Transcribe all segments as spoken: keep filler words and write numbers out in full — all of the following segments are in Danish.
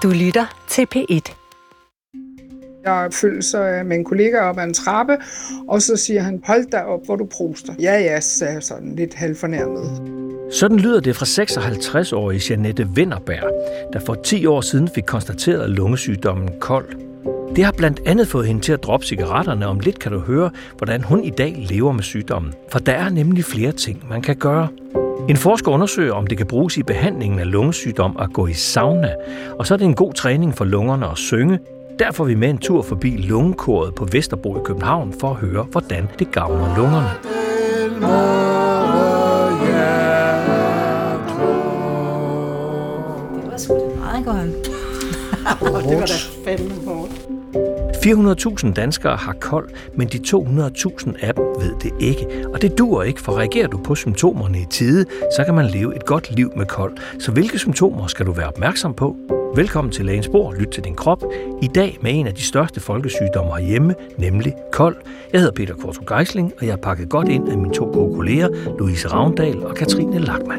Du lytter til P et. Jeg følger med en kollega op ad en trappe, og så siger han, hold da op, hvor du proster. Ja, ja, sagde jeg sådan lidt halvfornærmet. Sådan lyder det fra seksoghalvtreds-årige Jeanette Wennerberg, der for ti år siden fik konstateret lungesygdommen KOL. Det har blandt andet fået hende til at droppe cigaretterne. Om lidt kan du høre, hvordan hun i dag lever med sygdommen. For der er nemlig flere ting, man kan gøre. En forsker undersøger, om det kan bruges i behandlingen af lungesygdom at gå i sauna. Og så er det en god træning for lungerne at synge. Derfor er vi med en tur forbi lungekoret på Vesterbro i København for at høre, hvordan det gavner lungerne. Det var sgu da meget godt. Det var da fandme hårdt. fire hundrede tusind danskere har KOL, men de to hundrede tusind af dem ved det ikke. Og det duer ikke, for reagerer du på symptomerne i tide, så kan man leve et godt liv med KOL. Så hvilke symptomer skal du være opmærksom på? Velkommen til Lægens Bord. Lyt til din krop. I dag med en af de største folkesygdomme herhjemme, nemlig KOL. Jeg hedder Peter Qvortrup Geisling, og jeg har pakket godt ind af mine to gode kolleger, Louise Ravndal og Katrine Lachmann.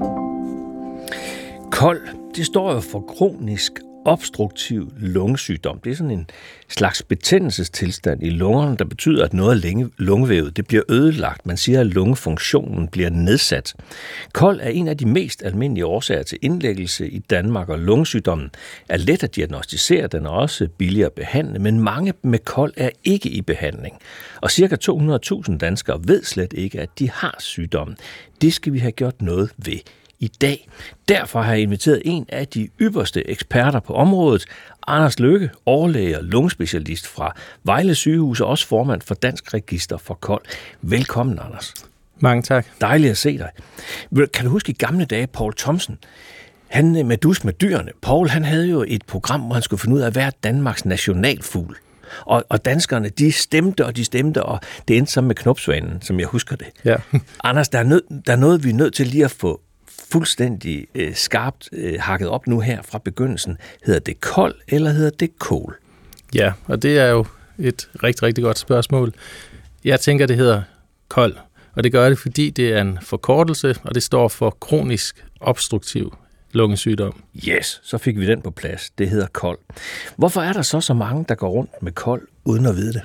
KOL, det står jo for kronisk obstruktiv lungesygdom. Det er sådan en slags betændelsestilstand i lungerne, der betyder, at noget af lungevævet det bliver ødelagt. Man siger, at lungefunktionen bliver nedsat. KOL er en af de mest almindelige årsager til indlæggelse i Danmark, og lungesygdommen er let at diagnostisere. Den er også billig at behandle, men mange med KOL er ikke i behandling. Og ca. to hundrede tusind danskere ved slet ikke, at de har sygdommen. Det skal vi have gjort noget ved i dag. Derfor har jeg inviteret en af de ypperste eksperter på området, Anders Lykke, overlæge og lungespecialist fra Vejle Sygehus og også formand for Dansk Register for KOL. Velkommen, Anders. Mange tak. Dejligt at se dig. Kan du huske i gamle dage, Poul Thomsen? Han med dus med dyrene. Poul, han havde jo et program, hvor han skulle finde ud af, hvad er Danmarks nationalfugl. Og, og danskerne, de stemte, og de stemte, og det endte sammen med knopsvanen, som jeg husker det. Ja. Anders, der er, nød, der er noget, vi er nødt til lige at få fuldstændig øh, skarpt øh, hakket op nu her fra begyndelsen. Hedder det KOL, eller hedder det KOL? Ja, og det er jo et rigtig, rigtig godt spørgsmål. Jeg tænker, det hedder KOL, og det gør det, fordi det er en forkortelse, og det står for kronisk obstruktiv lungesygdom. Yes, så fik vi den på plads. Det hedder KOL. Hvorfor er der så så mange, der går rundt med KOL, uden at vide det?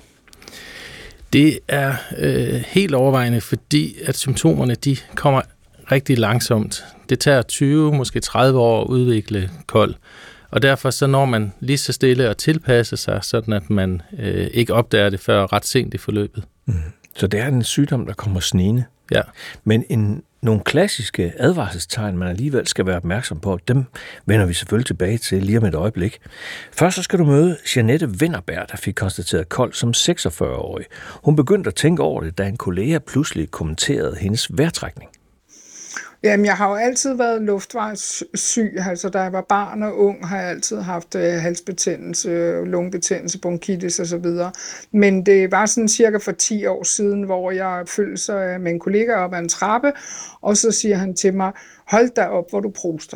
Det er øh, helt overvejende, fordi at symptomerne, de kommer rigtig langsomt. Det tager tyve, måske tredive år at udvikle KOL, og derfor så når man lige så stille at tilpasse sig, sådan at man øh, ikke opdager det før ret sent i forløbet. Mm. Så det er en sygdom, der kommer snigende. Ja. Men en, nogle klassiske advarselstegn, man alligevel skal være opmærksom på, dem vender vi selvfølgelig tilbage til lige om et øjeblik. Først så skal du møde Jeanette Wennerberg, der fik konstateret KOL som seksogfyrre-årig. Hun begyndte at tænke over det, da en kollega pludselig kommenterede hendes vejrtrækning. Jamen, jeg har jo altid været luftvejssyg. Altså, da jeg var barn og ung, har jeg altid haft øh, halsbetændelse, lungebetændelse, bronkitis og så videre. Men det var sådan cirka for ti år siden, hvor jeg følger med en kollega op ad en trappe, og så siger han til mig, hold da op, hvor du proster.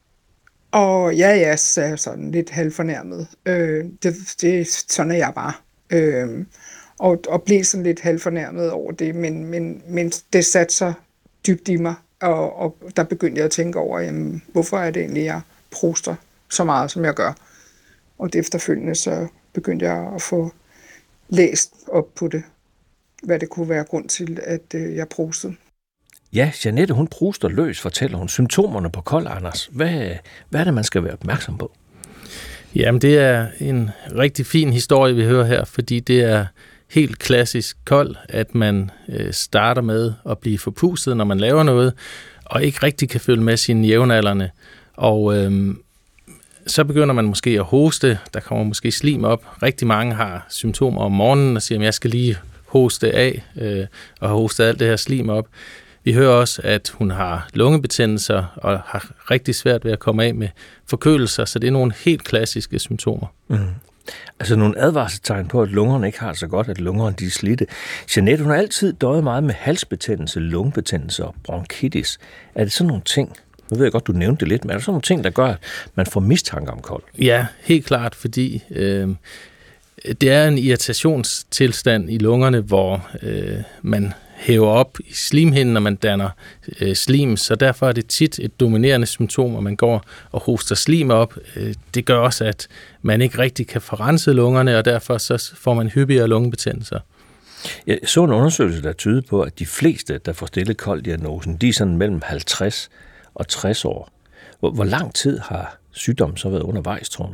Og ja, ja, sagde jeg sådan lidt halvfornærmet. Øh, det, det, sådan er jeg bare. Øh, og, og blev sådan lidt halvfornærmet over det, men, men, men det satte sig dybt i mig. Og, og der begyndte jeg at tænke over, jamen, hvorfor er det egentlig, jeg proster så meget, som jeg gør. Og det efterfølgende, så begyndte jeg at få læst op på det, hvad det kunne være grund til, at øh, jeg prostede. Ja, Jeanette, hun proster løs, fortæller hun. Symptomerne på KOL, Anders. Hvad, hvad er det, man skal være opmærksom på? Jamen, det er en rigtig fin historie, vi hører her, fordi det er helt klassisk KOL, at man øh, starter med at blive forpustet, når man laver noget, og ikke rigtig kan følge med sine jævnaldrende. Og øh, så begynder man måske at hoste, der kommer måske slim op. Rigtig mange har symptomer om morgenen og siger, at jeg skal lige hoste af øh, og har hostet alt det her slim op. Vi hører også, at hun har lungebetændelser og har rigtig svært ved at komme af med forkølelser, så det er nogle helt klassiske symptomer. Mm. Altså nogle advarselstegn på, at lungerne ikke har så godt, at lungerne de er slidte. Jeanette, hun har altid døjet meget med halsbetændelse, lungebetændelse og bronkitis. Er det sådan nogle ting? Nu ved jeg godt, du nævnte det lidt, men er der sådan nogle ting, der gør, at man får mistanke om KOL? Ja, helt klart, fordi øh, det er en irritationstilstand i lungerne, hvor øh, man hæver op i slimhinden, når man danner øh, slim, så derfor er det tit et dominerende symptom, at man går og hoster slim op. Øh, det gør også, at man ikke rigtig kan få renset lungerne, og derfor så får man hyppigere lungebetændelser. Jeg så en undersøgelse, der tyder på, at de fleste, der får stillet kold-diagnosen, de er sådan mellem halvtreds og tres år. Hvor, hvor lang tid har sygdommen så været undervejs, tror du?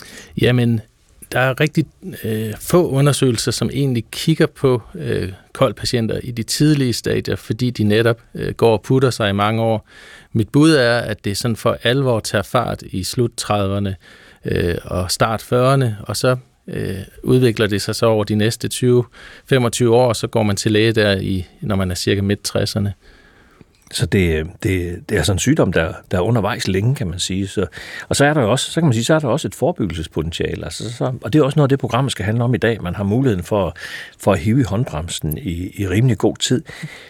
Jamen, der er rigtig øh, få undersøgelser, som egentlig kigger på øh, koldpatienter i de tidlige stadier, fordi de netop øh, går og putter sig i mange år. Mit bud er, at det sådan for alvor tager fart i slut trediverne øh, og start fyrrerne, og så øh, udvikler det sig så over de næste tyve til femogtyve år, og så går man til læge der, i, når man er cirka midt tresserne. Så det, det, det er sådan en sygdom, der, der er undervejs længe, kan man sige. Så, og så er der jo også, så kan man sige, så er der også et forebyggelsespotentiale. Altså, så, og det er også noget, det programmet skal handle om i dag. Man har muligheden for, for at hive i håndbremsen i, i rimelig god tid.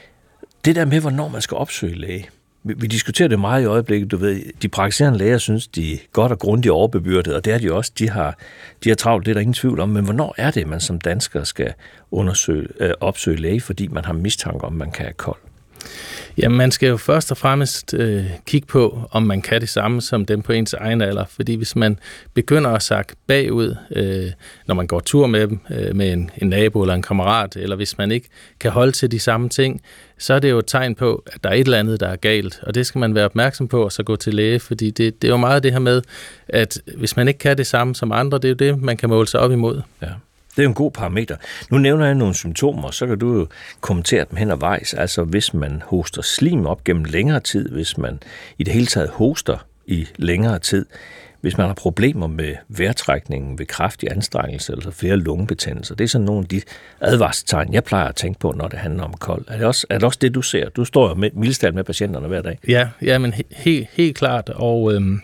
Det der med, hvornår man skal opsøge læge. Vi, vi diskuterer det meget i øjeblikket. Du ved, de praktiserende læger synes, de er godt og grundigt overbebyrdet, og det er de også. De har, de har travlt, det er der ingen tvivl om. Men hvornår er det, man som dansker skal undersøge, øh, opsøge læge, fordi man har mistanke om, man kan have kold? Jamen, man skal jo først og fremmest øh, kigge på, om man kan det samme som dem på ens egen alder. Fordi hvis man begynder at sakke bagud, øh, når man går tur med dem, øh, med en, en nabo eller en kammerat, eller hvis man ikke kan holde til de samme ting, så er det jo et tegn på, at der er et eller andet, der er galt. Og det skal man være opmærksom på, og så gå til læge. Fordi det, det er jo meget det her med, at hvis man ikke kan det samme som andre, det er jo det, man kan måle sig op imod. Ja. Det er jo en god parameter. Nu nævner jeg nogle symptomer, så kan du jo kommentere dem hen ad vejs. Altså hvis man hoster slim op gennem længere tid, hvis man i det hele taget hoster i længere tid, hvis man har problemer med vejrtrækningen ved kraftig anstrengelse, eller flere lungebetændelser. Det er sådan nogle af de advarselstegn, jeg plejer at tænke på, når det handler om kold. Er det også, er det, også det, du ser? Du står jo med, mildestalt med patienterne hver dag. Ja, ja men he, helt, helt klart. Og, øhm,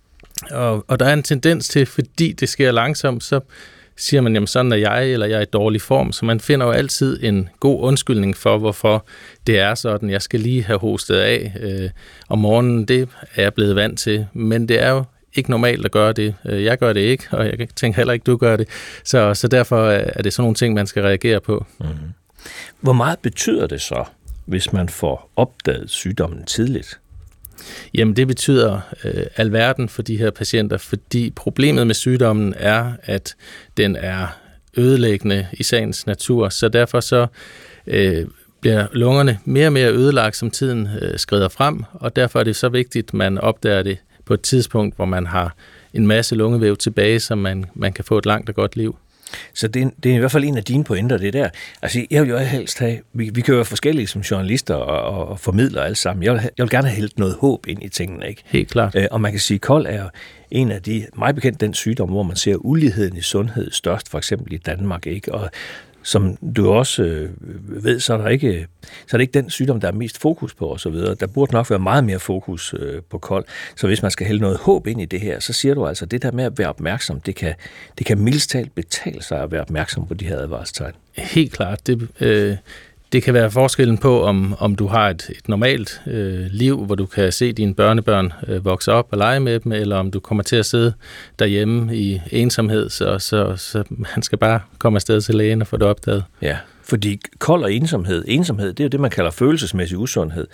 og, og der er en tendens til, fordi det sker langsomt, så siger man, jamen sådan er jeg, eller jeg er i dårlig form. Så man finder jo altid en god undskyldning for, hvorfor det er sådan. Jeg skal lige have hostet af øh, om morgenen. Det er jeg blevet vant til. Men det er jo ikke normalt at gøre det. Jeg gør det ikke, og jeg tænker heller ikke, du gør det. Så, så derfor er det sådan nogle ting, man skal reagere på. Mm-hmm. Hvor meget betyder det så, hvis man får opdaget sygdommen tidligt? Jamen det betyder øh, alverden for de her patienter, fordi problemet med sygdommen er, at den er ødelæggende i sagens natur, så derfor så øh, bliver lungerne mere og mere ødelagt, som tiden øh, skrider frem, og derfor er det så vigtigt, at man opdager det på et tidspunkt, hvor man har en masse lungevæv tilbage, så man, man kan få et langt og godt liv. Så det er, det er i hvert fald en af dine pointer, det der. Altså, jeg vil jo helst have, vi, vi kan jo være forskellige som journalister og, og, og formidlere alle sammen. Jeg vil, jeg vil gerne have hældt noget håb ind i tingene, ikke? Helt klart. Øh, og man kan sige, at kold er en af de, meget bekendt den sygdom, hvor man ser uligheden i sundhed størst, for eksempel i Danmark, ikke? Og som du også øh, ved, så er, der ikke, så er det ikke den sygdom, der er mest fokus på osv. Der burde nok være meget mere fokus øh, på kold. Så hvis man skal hælde noget håb ind i det her, så siger du altså, at det der med at være opmærksom, det kan, det kan mildest talt betale sig at være opmærksom på de her advarselstegn. Helt klart. Det, øh, det kan være forskellen på, om, om du har et, et normalt øh, liv, hvor du kan se dine børnebørn øh, vokse op og lege med dem, eller om du kommer til at sidde derhjemme i ensomhed, så, så, så man skal bare komme afsted til lægen og få det opdaget. Ja, fordi kold og ensomhed, ensomhed, det er jo det, man kalder følelsesmæssig usundhed,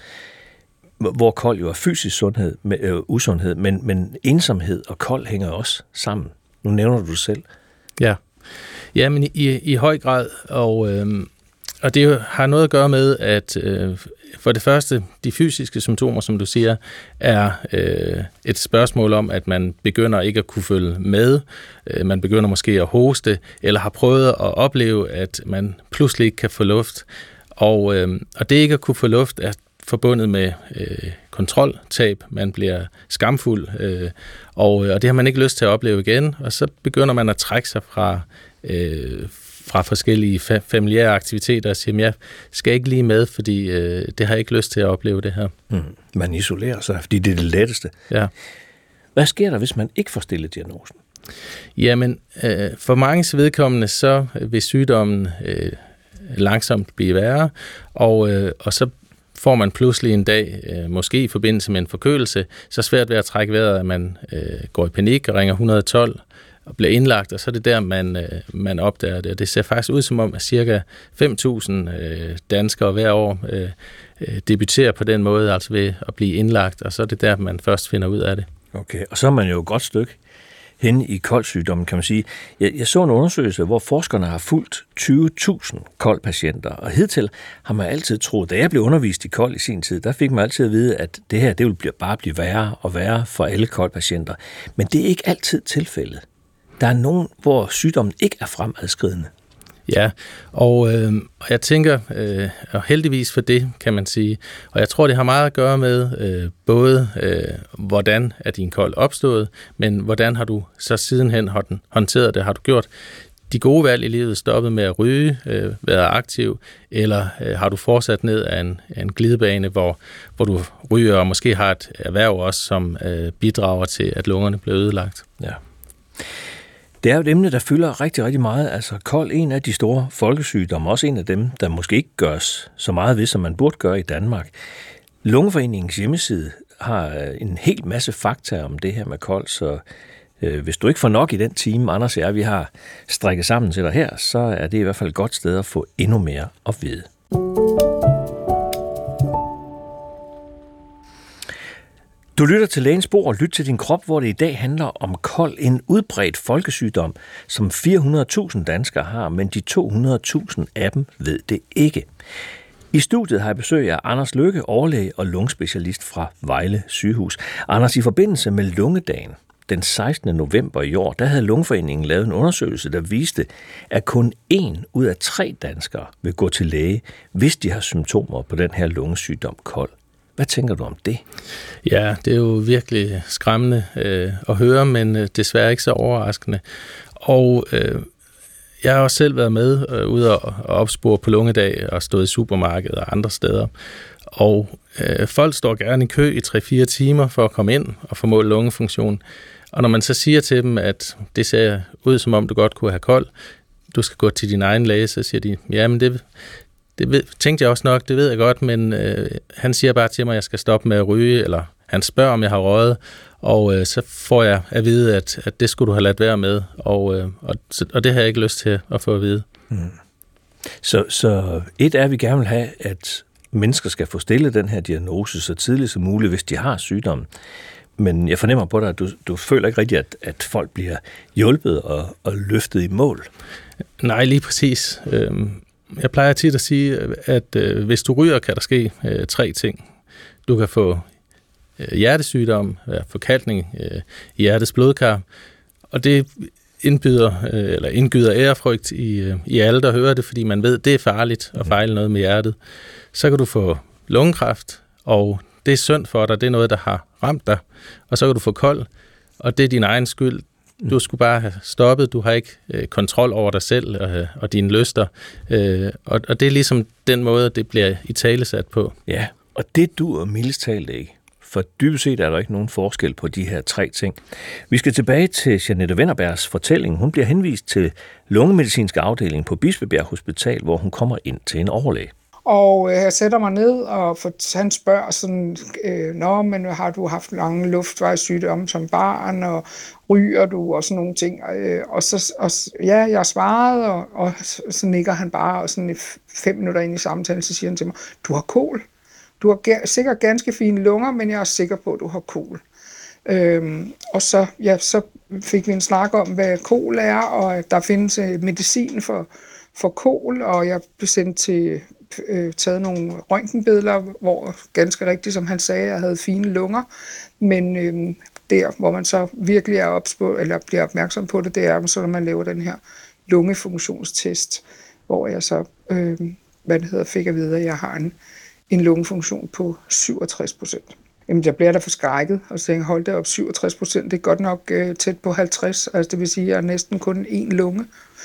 hvor kold jo er fysisk sundhed, med, øh, usundhed, men, men ensomhed og kold hænger også sammen. Nu nævner du det selv. Ja, ja men i, i høj grad, og... Øh, Og det har noget at gøre med, at øh, for det første, de fysiske symptomer, som du siger, er øh, et spørgsmål om, at man begynder ikke at kunne følge med, øh, man begynder måske at hoste, eller har prøvet at opleve, at man pludselig ikke kan få luft. Og, øh, og det ikke at kunne få luft er forbundet med øh, kontroltab, man bliver skamfuld, øh, og, og det har man ikke lyst til at opleve igen, og så begynder man at trække sig fra øh, fra forskellige fa- familiære aktiviteter og siger, jeg skal ikke lige med, fordi øh, det har jeg ikke lyst til at opleve det her. Mm. Man isolerer sig, fordi det er det letteste. Ja. Hvad sker der, hvis man ikke får stillet diagnosen? Jamen, øh, for mange vedkommende, så vil sygdommen øh, langsomt blive værre, og, øh, og så får man pludselig en dag, øh, måske i forbindelse med en forkølelse, så svært ved at trække vejret, at man øh, går i panik og ringer et et to, og bliver indlagt, og så er det der, man, øh, man opdager det. Og det ser faktisk ud som om, at cirka fem tusind øh, danskere hver år øh, øh, debuterer på den måde, altså ved at blive indlagt, og så er det der, man først finder ud af det. Okay, og så er man jo et godt stykke hen i koldsygdommen, kan man sige. Jeg, jeg så en undersøgelse, hvor forskerne har fulgt tyve tusind koldpatienter, og hidtil har man altid troet, da jeg blev undervist i kold i sin tid, der fik man altid at vide, at det her, det vil bare blive værre og værre for alle koldpatienter. Men det er ikke altid tilfældet. Der er nogen, hvor sygdommen ikke er fremadskridende. Ja, og øh, jeg tænker, øh, og heldigvis for det, kan man sige, og jeg tror, det har meget at gøre med øh, både, øh, hvordan er din kold opstået, men hvordan har du så sidenhen håndteret det? Har du gjort de gode valg i livet, stoppet med at ryge, øh, været aktiv, eller øh, har du fortsat ned af en, en glidebane, hvor, hvor du ryger og måske har et erhverv også, som øh, bidrager til, at lungerne bliver ødelagt? Ja. Det er jo et emne, der fylder rigtig, rigtig meget. Altså kold, en af de store folkesygdomme, også en af dem, der måske ikke gørs så meget ved, som man burde gøre i Danmark. Lungeforeningens hjemmeside har en hel masse fakta om det her med kold, så øh, hvis du ikke får nok i den time, Anders og jeg, vi har strikket sammen til dig her, så er det i hvert fald et godt sted at få endnu mere at vide. Du lytter til Lægens Bord og lyt til din krop, hvor det i dag handler om kold, en udbredt folkesygdom, som fire hundrede tusind danskere har, men de to hundrede tusind af dem ved det ikke. I studiet har jeg besøg af Anders Lykke, overlæge og lungespecialist fra Vejle Sygehus. Anders, i forbindelse med lungedagen den sekstende november i år, der havde Lungeforeningen lavet en undersøgelse, der viste, at kun en ud af tre danskere vil gå til læge, hvis de har symptomer på den her lungesygdom kold. Hvad tænker du om det? Ja, det er jo virkelig skræmmende øh, at høre, men øh, desværre ikke så overraskende. Og øh, jeg har også selv været med øh, ude og, og opspore på lungedag og stået i supermarkedet og andre steder. Og øh, folk står gerne i kø i tre fire timer for at komme ind og få målt lungefunktion. Og når man så siger til dem, at det ser ud som om du godt kunne have kold, du skal gå til din egen læge, så siger de, ja, men det... Det ved, tænkte jeg også nok, det ved jeg godt, men øh, han siger bare til mig, at jeg skal stoppe med at ryge, eller han spørger, om jeg har røget, og øh, så får jeg at vide, at, at det skulle du have ladt være med, og, øh, og, og det har jeg ikke lyst til at få at vide. Hmm. Så, så et er, at vi gerne vil have, at mennesker skal få stillet den her diagnose så tidligt som muligt, hvis de har sygdommen. Men jeg fornemmer på dig, at du, du føler ikke rigtigt, at, at folk bliver hjulpet og, og løftet i mål. Nej, lige præcis. Øhm, Jeg plejer tit at sige, at øh, hvis du ryger, kan der ske øh, tre ting. Du kan få øh, hjertesygdom, øh, forkalkning øh, i hjertets blodkar, og det indbyder, øh, eller indgyder ærefrygt i, øh, i alle, der hører det, fordi man ved, det er farligt at fejle noget med hjertet. Så kan du få lungekræft, og det er synd for dig, det er noget, der har ramt dig, og så kan du få kold, og det er din egen skyld. Du skulle bare have stoppet, du har ikke øh, kontrol over dig selv og, og dine lyster, øh, og, og det er ligesom den måde, det bliver italesat på. Ja, og det duer mildest talt ikke, for dybest set er der ikke nogen forskel på de her tre ting. Vi skal tilbage til Jeanette Wennerbergs fortælling. Hun bliver henvist til lungemedicinsk afdeling på Bispebjerg Hospital, hvor hun kommer ind til en overlæge. Og jeg sætter mig ned, og for, han spørger sådan, øh, nå, men har du haft lange luftvejssygdomme som barn, og ryger du, og sådan nogle ting. Øh, og så, og, ja, jeg svarede, og, og så nikker han bare, og sådan i fem minutter ind i samtalen, så siger han til mig, du har kol. Du har ga- sikkert ganske fine lunger, men jeg er sikker på, at du har kol. Øhm, og så, ja, så fik vi en snak om, hvad kol er, og der findes medicin for, for kol, og jeg blev sendt til øh, taget nogle røntgenbilleder, hvor ganske rigtigt, som han sagde, jeg havde fine lunger, men øh, der, hvor man så virkelig er opspå, eller bliver opmærksom på det, det er, så når man laver den her lungefunktionstest, hvor jeg så, øh, hvad det hedder, fik at vide, at jeg har en, en lungefunktion på syvogtres procent. Jamen, jeg bliver da forskrækket, og så tænker, hold da op, syvogtres procent, det er godt nok øh, tæt på halvtreds, altså det vil sige, at jeg er næsten kun én lunge.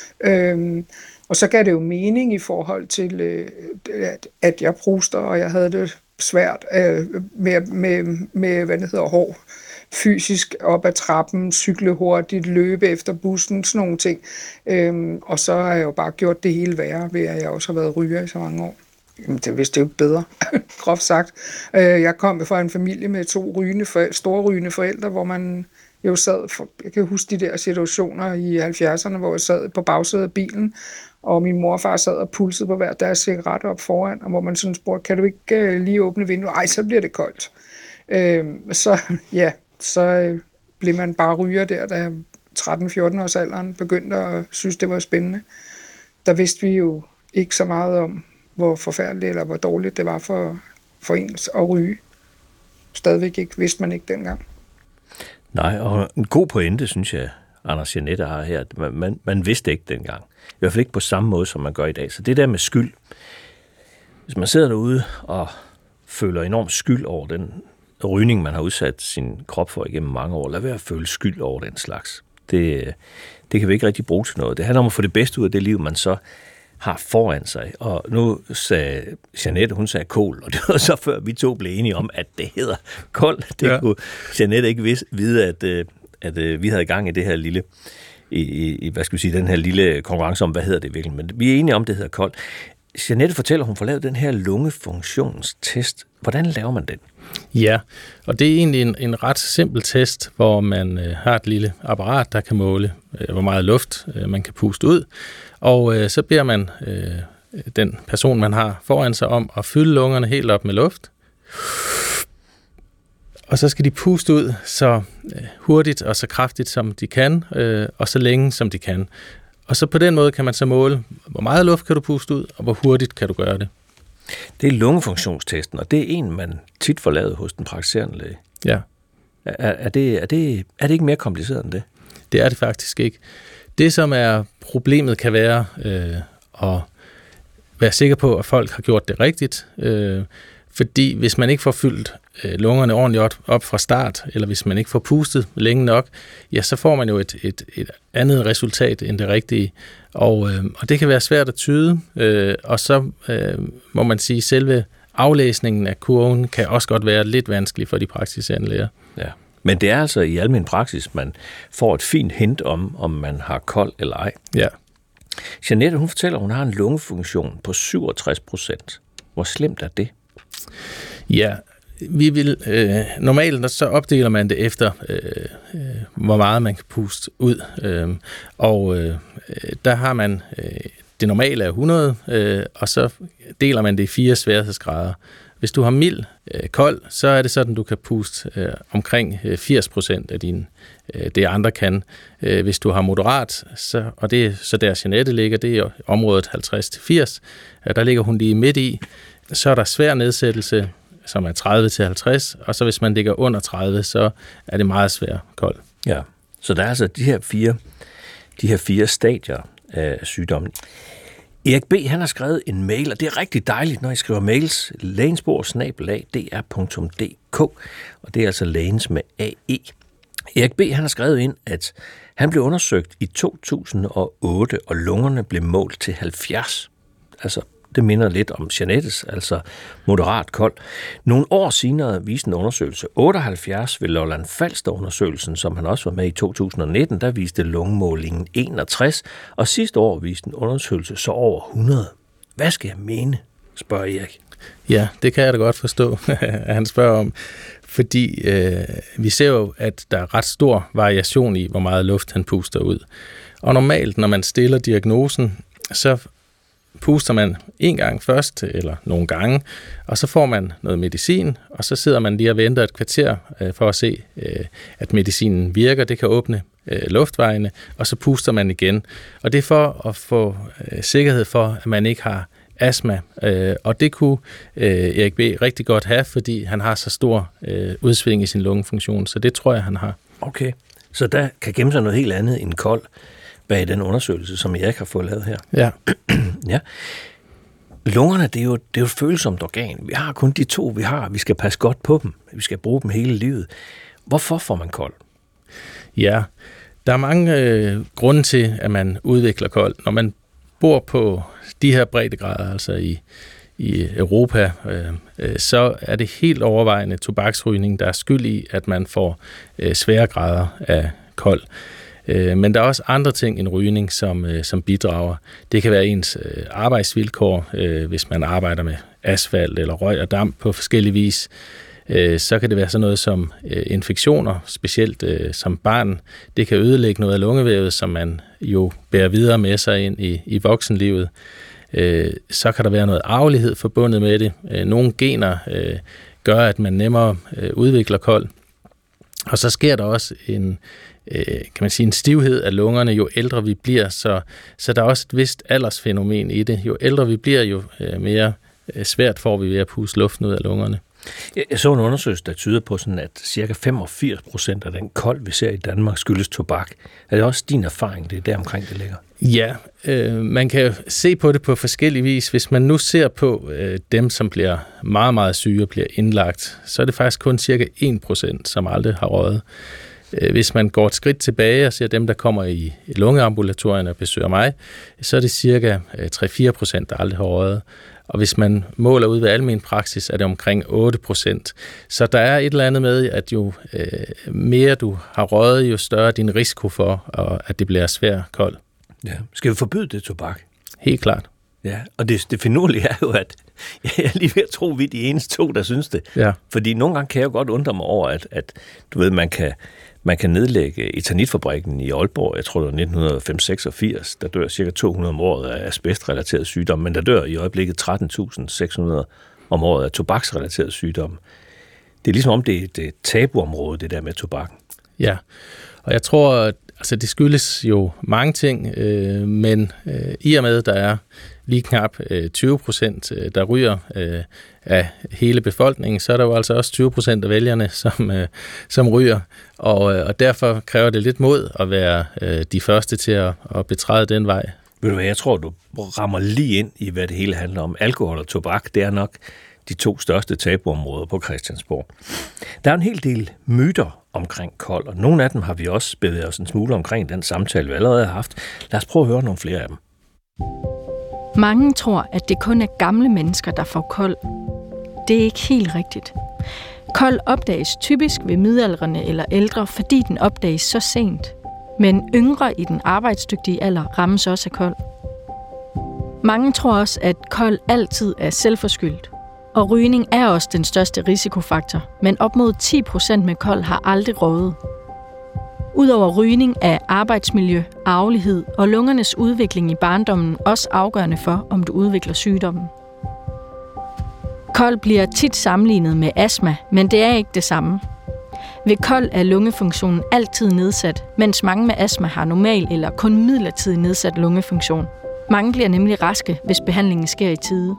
Øhm, og så gav det jo mening i forhold til, øh, at, at jeg pruster, og jeg havde det svært øh, med, med, med, hvad det hedder, hår, fysisk op ad trappen, cykle hurtigt, løbe efter bussen, sådan nogle ting. Øhm, og så har jeg jo bare gjort det hele værre, ved at jeg også har været ryger i så mange år. Jamen, det vidste jo ikke bedre, groft sagt. Jeg kom fra en familie med to rygende forældre, store rygende forældre, hvor man jo sad, for, jeg kan huske de der situationer i halvfjerdserne, hvor jeg sad på bagsædet af bilen, og min mor og far sad og pulsede på hver deres cigaret op foran, og hvor man sådan spurgte, kan du ikke øh, lige åbne vinduet? Ej, så bliver det koldt. Øh, så ja, så øh, blev man bare ryger der, da tretten fjorten års alderen begyndte at synes, det var spændende. Der vidste vi jo ikke så meget om, hvor forfærdeligt eller hvor dårligt det var for, for ens at ryge. Stadigvæk ikke, vidste man ikke dengang. Nej, og en god pointe, synes jeg, Anders Jeanette har her. Man, man, man vidste ikke dengang. I hvert fald ikke på samme måde, som man gør i dag. Så det der med skyld. Hvis man sidder derude og føler enormt skyld over den rygning, man har udsat sin krop for igennem mange år, lad være at føle skyld over den slags. Det, det kan vi ikke rigtig bruge til noget. Det handler om at få det bedste ud af det liv, man så har foran sig. Og nu sagde Jeanette, hun sagde kål, og det var så før vi to blev enige om, at det hedder kold. Det ja. Kunne Jeanette ikke vide, at, at vi havde gang i det her lille, i, i, hvad skal vi sige, den her lille konkurrence om, hvad hedder det virkelig. Men vi er enige om, det hedder kold. Jeanette fortæller, hun får lavet den her lungefunktionstest. Hvordan laver man den? Ja, og det er egentlig en, en ret simpel test, hvor man øh, har et lille apparat, der kan måle, øh, hvor meget luft øh, man kan puste ud. Og øh, så beder man øh, den person, man har foran sig, om at fylde lungerne helt op med luft. Og så skal de puste ud så øh, hurtigt og så kraftigt, som de kan, øh, og så længe, som de kan. Og så på den måde kan man så måle, hvor meget luft kan du puste ud, og hvor hurtigt kan du gøre det. Det er lungefunktionstesten, og det er en, man tit får lavet hos den praktiserende læge. Ja. Er, er, det, er, det, er det ikke mere kompliceret end det? Det er det faktisk ikke. Det, som er problemet, kan være øh, at være sikker på, at folk har gjort det rigtigt. Øh, fordi hvis man ikke får fyldt øh, lungerne ordentligt op fra start, eller hvis man ikke får pustet længe nok, ja, så får man jo et, et, et andet resultat end det rigtige. Og, øh, og det kan være svært at tyde, øh, og så øh, må man sige, at selve aflæsningen af kurven kan også godt være lidt vanskelig for de praktiserende læger. Ja. Men det er altså i almen praksis, man får et fint hint om, om man har kold eller ej. Ja. Jeanette, hun fortæller, at hun har en lungefunktion på syvogtres procent. Hvor slemt er det? Ja, vi vil øh, normalt så opdeler man det efter øh, øh, hvor meget man kan puste ud, øh, og øh, der har man øh, det normale er hundrede, øh, og så deler man det i fire sværhedsgrader. Hvis du har mild øh, kold, så er det sådan, du kan puste øh, omkring øh, firs procent af din, øh, det andre kan. Øh, hvis du har moderat, så, og det er så der Jeanette ligger, det er området halvtreds til firs, øh, der ligger hun lige midt i. Så er der svær nedsættelse, som er tredive til halvtreds, og så hvis man ligger under tredive, så er det meget svær kold. Ja, så der er altså de her fire, de her fire stadier af sygdommen. Erik B., han har skrevet en mail, og det er rigtig dejligt, når I skriver mails. Lægensbord snabel-a d r punktum d k, og det er altså lægens med A E. Erik B., han har skrevet ind, at han blev undersøgt i to tusind og otte, og lungerne blev målt til halvfjerds. Altså, det minder lidt om Jeanettes, altså moderat kold. Nogle år senere viste en undersøgelse otteoghalvfjerds ved Lolland Falster-undersøgelsen, som han også var med i to tusind og nitten, der viste lungemålingen enogtres, og sidste år viste en undersøgelse så over hundrede. Hvad skal jeg mene, spørger Erik. Ja, det kan jeg da godt forstå, at han spørger om, fordi øh, vi ser jo, at der er ret stor variation i, hvor meget luft han puster ud. Og normalt, når man stiller diagnosen, så puster man en gang først, eller nogle gange, og så får man noget medicin, og så sidder man lige og venter et kvarter øh, for at se, øh, at medicinen virker. Det kan åbne øh, luftvejene, og så puster man igen. Og det er for at få øh, sikkerhed for, at man ikke har astma, øh, og det kunne øh, Erik B. rigtig godt have, fordi han har så stor øh, udsving i sin lungefunktion, så det tror jeg, han har. Okay, så der kan gemme sig noget helt andet end kold bag den undersøgelse, som Erik har fået lavet her. Ja. Ja. Lungerne, det er, jo, det er jo et følsomt organ. Vi har kun de to, vi har. Vi skal passe godt på dem. Vi skal bruge dem hele livet. Hvorfor får man kold? Ja, der er mange øh, grunde til, at man udvikler kold. Når man bor på de her breddegrader, altså i, i Europa, øh, øh, så er det helt overvejende tobaksrygning, der er skyld i, at man får øh, svære grader af kold. Men der er også andre ting end rygning, som, som bidrager. Det kan være ens arbejdsvilkår, hvis man arbejder med asfalt eller røg og damp på forskellig vis. Øh, så kan det være sådan noget som øh, infektioner, specielt øh, som barn. Det kan ødelægge noget af lungevævet, som man jo bærer videre med sig ind i, i voksenlivet. Øh, så kan der være noget arvelighed forbundet med det. Øh, nogle gener øh, gør, at man nemmere øh, udvikler kol. Og så sker der også en, øh, kan man sige, en stivhed af lungerne, jo ældre vi bliver. Så, så der er også et vist aldersfænomen i det. Jo ældre vi bliver, jo øh, mere øh, svært får vi ved at puste luften ud af lungerne. Jeg så en undersøgelse, der tyder på, sådan, at ca. femogfirs procent af den kol, vi ser i Danmark, skyldes tobak. Er det også din erfaring, det er der omkring, det ligger? Ja, øh, man kan se på det på forskellige vis. Hvis man nu ser på øh, dem, som bliver meget, meget syge og bliver indlagt, så er det faktisk kun cirka en procent, som aldrig har røget. Hvis man går et skridt tilbage og ser dem, der kommer i lungeambulatorierne og besøger mig, så er det cirka tre til fire procent, der aldrig har røget. Og hvis man måler ud ved almen praksis, er det omkring otte procent. Så der er et eller andet med, at jo øh, mere du har røget, jo større er din risiko for, og at det bliver svær kold. Ja. Skal vi forbyde det tobak? Helt klart. Ja, og det, det finurlige er jo, at jeg er lige ved at tro, vi er de eneste to, der synes det. Ja. Fordi nogle gange kan jeg jo godt undre mig over, at, at du ved, man kan, man kan nedlægge Eternitfabrikken i Aalborg, jeg tror det var nitten halvfems seksogfirs, der dør cirka to hundrede om året af asbestrelateret sygdom, men der dør i øjeblikket tretten tusind seks hundrede om året af tobaksrelateret sygdom. Det er ligesom om, det er et tabuområde, det der med tobakken. Ja, og jeg tror, at altså, det skyldes jo mange ting, øh, men øh, i og med, der er lige knap øh, tyve procent, øh, der ryger øh, af hele befolkningen, så er der jo altså også tyve procent af vælgerne, som, øh, som ryger, og, øh, og derfor kræver det lidt mod at være øh, de første til at, at betræde den vej. Ved du hvad, jeg tror, du rammer lige ind i, hvad det hele handler om. Alkohol og tobak, det er nok de to største tabuområder på Christiansborg. Der er en hel del myter omkring kol, og nogle af dem har vi også bevæget os en smule omkring den samtale, vi allerede har haft. Lad os prøve at høre nogle flere af dem. Mange tror, at det kun er gamle mennesker, der får kol. Det er ikke helt rigtigt. Kol opdages typisk ved midaldrende eller ældre, fordi den opdages så sent. Men yngre i den arbejdsdygtige alder rammes også af kol. Mange tror også, at kol altid er selvforskyldt. Og rygning er også den største risikofaktor, men op mod ti procent med kol har aldrig røget. Udover rygning er arbejdsmiljø, arvelighed og lungernes udvikling i barndommen også afgørende for, om du udvikler sygdommen. Kol bliver tit sammenlignet med astma, men det er ikke det samme. Ved kol er lungefunktionen altid nedsat, mens mange med astma har normal eller kun midlertidig nedsat lungefunktion. Mange bliver nemlig raske, hvis behandlingen sker i tide.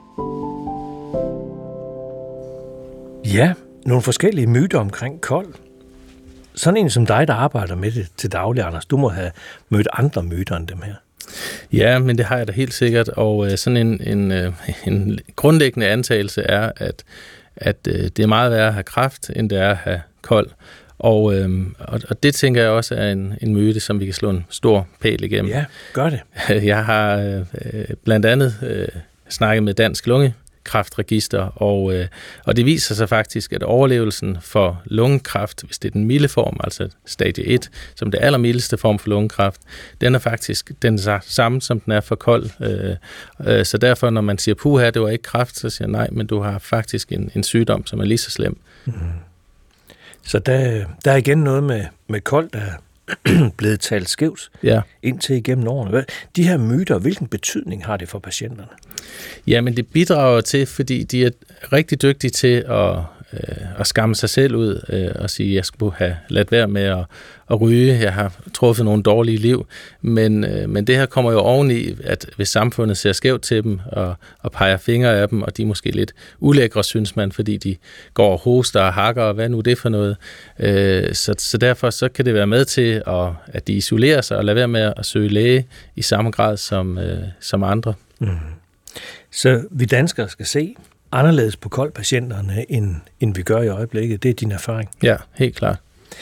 Ja, nogle forskellige myter omkring kol. Sådan en som dig, der arbejder med det til daglig, Anders, du må have mødt andre myter end dem her. Ja, men det har jeg da helt sikkert, og øh, sådan en, en, en grundlæggende antagelse er, at, at øh, det er meget værre at have kræft, end det er at have kol. Og, øh, og, og det tænker jeg også er en, en myte, som vi kan slå en stor pæl igennem. Ja, gør det. Jeg har øh, blandt andet øh, snakket med Dansk Lungekræftregister, og, øh, og det viser sig faktisk, at overlevelsen for lungekræft, hvis det er den milde form, altså stadie et, som det allermildeste form for lungekræft, den er faktisk den samme, som den er for kol. Øh, øh, så derfor, når man siger, puha, det var ikke kræft, så siger jeg nej, men du har faktisk en, en sygdom, som er lige så slem. Mm. Så der, der er igen noget med, med kol, der er blevet talt skævt ja. indtil igennem årene. De her myter, hvilken betydning har det for patienterne? Jamen, det bidrager til, fordi de er rigtig dygtige til at, øh, at skamme sig selv ud øh, og sige, at jeg skulle have ladt være med at, at ryge. Jeg har truffet nogle dårlige liv. Men, øh, men det her kommer jo oveni, at hvis samfundet ser skævt til dem og, og peger fingre af dem, og de er måske lidt ulækre, synes man, fordi de går og hoster og hakker, og hvad nu det for noget. Øh, så, så derfor så kan det være med til, at, at de isolerer sig og lader være med at søge læge i samme grad som, øh, som andre. Mm. Så vi danskere skal se anderledes på koldpatienterne, end, end vi gør i øjeblikket. Det er din erfaring. Ja, helt klart.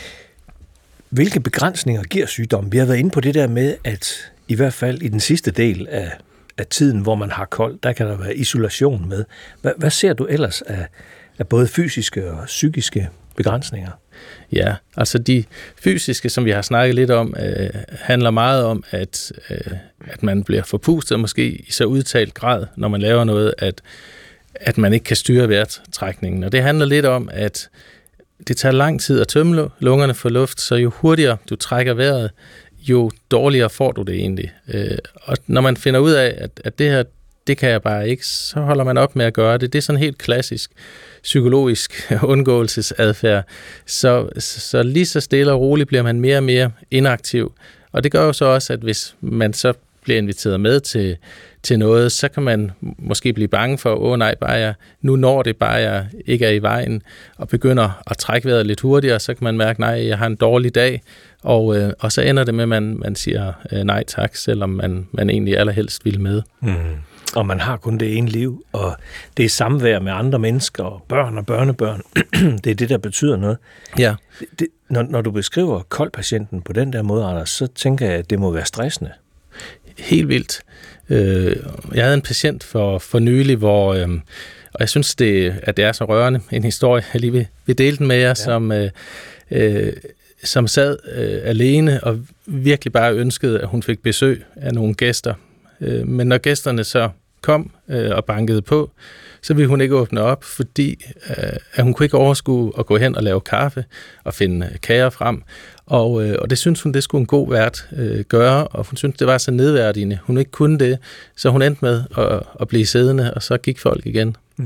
Hvilke begrænsninger giver sygdommen? Vi har været inde på det der med, at i hvert fald i den sidste del af, af tiden, hvor man har kold, der kan der være isolation med. Hvad, hvad ser du ellers af, af både fysiske og psykiske begrænsninger? Ja, altså de fysiske, som vi har snakket lidt om, øh, handler meget om, at, øh, at man bliver forpustet, måske i så udtalt grad, når man laver noget, at, at man ikke kan styre vejrtrækningen. Og det handler lidt om, at det tager lang tid at tømme lungerne for luft, så jo hurtigere du trækker vejret, jo dårligere får du det egentlig. Og når man finder ud af, at, at det her, det kan jeg bare ikke, så holder man op med at gøre det. Det er sådan helt klassisk psykologisk undgåelsesadfærd. Så, så lige så stille og roligt bliver man mere og mere inaktiv. Og det gør jo så også, at hvis man så bliver inviteret med til, til noget, så kan man måske blive bange for, åh nej, bare jeg, nu når det bare jeg ikke er i vejen, og begynder at trække vejret lidt hurtigere, så kan man mærke, nej, jeg har en dårlig dag, og, øh, og så ender det med, at man, man siger øh, nej tak, selvom man, man egentlig allerhelst vil med. Mm. Og man har kun det ene liv, og det er samvær med andre mennesker, og børn og børnebørn. Det er det, der betyder noget. Ja. Det, det, når, når du beskriver koldpatienten på den der måde, Anders, så tænker jeg, at det må være stressende. Helt vildt. Jeg havde en patient for, for nylig, hvor, og jeg synes, det, at det er så rørende, en historie, jeg lige vil, vil dele den med jer, ja. som, øh, som sad øh, alene og virkelig bare ønskede, at hun fik besøg af nogle gæster. Men når gæsterne så kom øh, og bankede på, så ville hun ikke åbne op, fordi øh, at hun kunne ikke overskue at gå hen og lave kaffe og finde kager frem. Og, øh, og det synes hun, det skulle en god vært øh, gøre, og hun synes det var så nedværdigende. Hun ikke kunne det, så hun endte med at, at blive siddende, og så gik folk igen. Mm.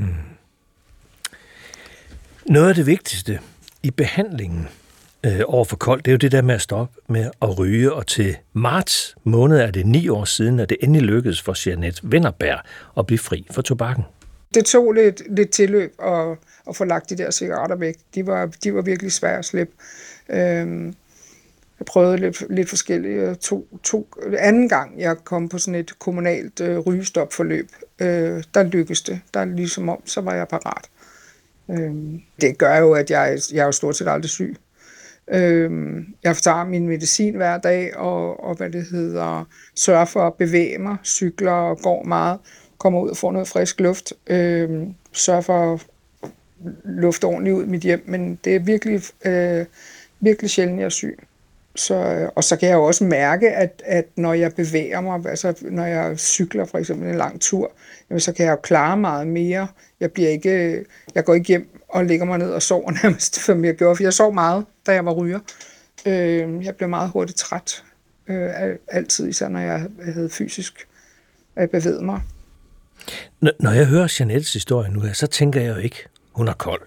Noget af det vigtigste i behandlingen øh, over for kold, det er jo det der med at stoppe med at ryge, og til marts måned er det ni år siden, at det endelig lykkedes for Jeanette Wennerberg at blive fri for tobakken. Det tog lidt, lidt tilløb at, at få lagt de der cigaretter væk. De var, de var virkelig svære at slippe. Øhm, jeg prøvede lidt, lidt forskellige. To, to, anden gang, jeg kom på sådan et kommunalt øh, rygestopforløb, øh, der lykkedes det. Der ligesom om, så var jeg parat. Øhm, det gør jo, at jeg, jeg er jo stort set aldrig syg. Øhm, jeg tager min medicin hver dag, og, og hvad det hedder, sørger for at bevæge mig, cykler og går meget, kommer ud og får noget frisk luft, øh, sørger for at lufte ordentligt ud i mit hjem, men det er virkelig, øh, virkelig sjældent, jeg er syg. Så, og så kan jeg jo også mærke, at, at når jeg bevæger mig, altså når jeg cykler for eksempel en lang tur, jamen, så kan jeg jo klare meget mere. Jeg, bliver ikke, jeg går ikke hjem og lægger mig ned og sover nærmest, som jeg gjorde, for jeg sov meget, da jeg var ryger. Øh, jeg blev meget hurtigt træt, øh, altid, især når jeg havde fysisk øh, bevæget mig. Når jeg hører Jeanettes historie nu her, så tænker jeg jo ikke, hun er kold.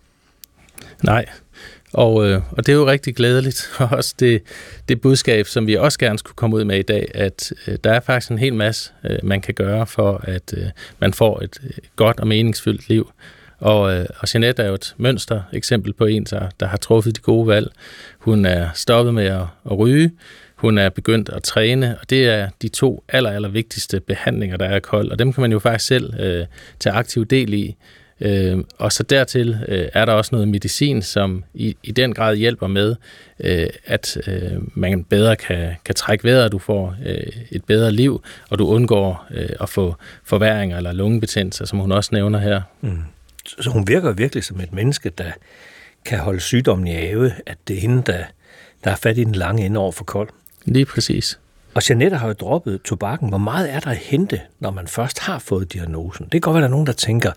Nej, og, øh, og det er jo rigtig glædeligt, og også det, det budskab, som vi også gerne skulle komme ud med i dag, at øh, der er faktisk en hel masse, øh, man kan gøre for, at øh, man får et øh, godt og meningsfyldt liv. Og, øh, og Jeanette er jo et mønster eksempel på en, der, der har truffet de gode valg. Hun er stoppet med at, at ryge, hun er begyndt at træne, og det er de to aller, aller vigtigste behandlinger, der er kold, og dem kan man jo faktisk selv øh, tage aktiv del i. Øh, og så dertil øh, er der også noget medicin, som i, i den grad hjælper med, øh, at øh, man bedre kan, kan trække vejret, du får øh, et bedre liv, og du undgår øh, at få forværringer eller lungebetændelser, som hun også nævner her. Mm. Så hun virker virkelig som et menneske, der kan holde sygdommen i ave, at det er hende, der, der er fat i den lange ende over for kold. Lige præcis. Og Jeanette har jo droppet tobakken. Hvor meget er der at hente, når man først har fået diagnosen? Det kan godt være, der er nogen, der tænker,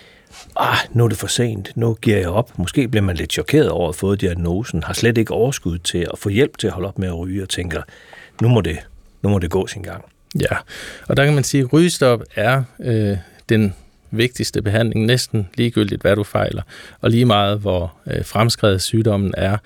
ah, nu er det for sent, nu giver jeg op. Måske bliver man lidt chokeret over at få fået diagnosen, har slet ikke overskud til at få hjælp til at holde op med at ryge, og tænker, nu må det, nu må det gå sin gang. Ja, og der kan man sige, at rygestop er øh, den vigtigste behandling, næsten ligegyldigt, hvad du fejler, og lige meget, hvor øh, fremskredet sygdommen er.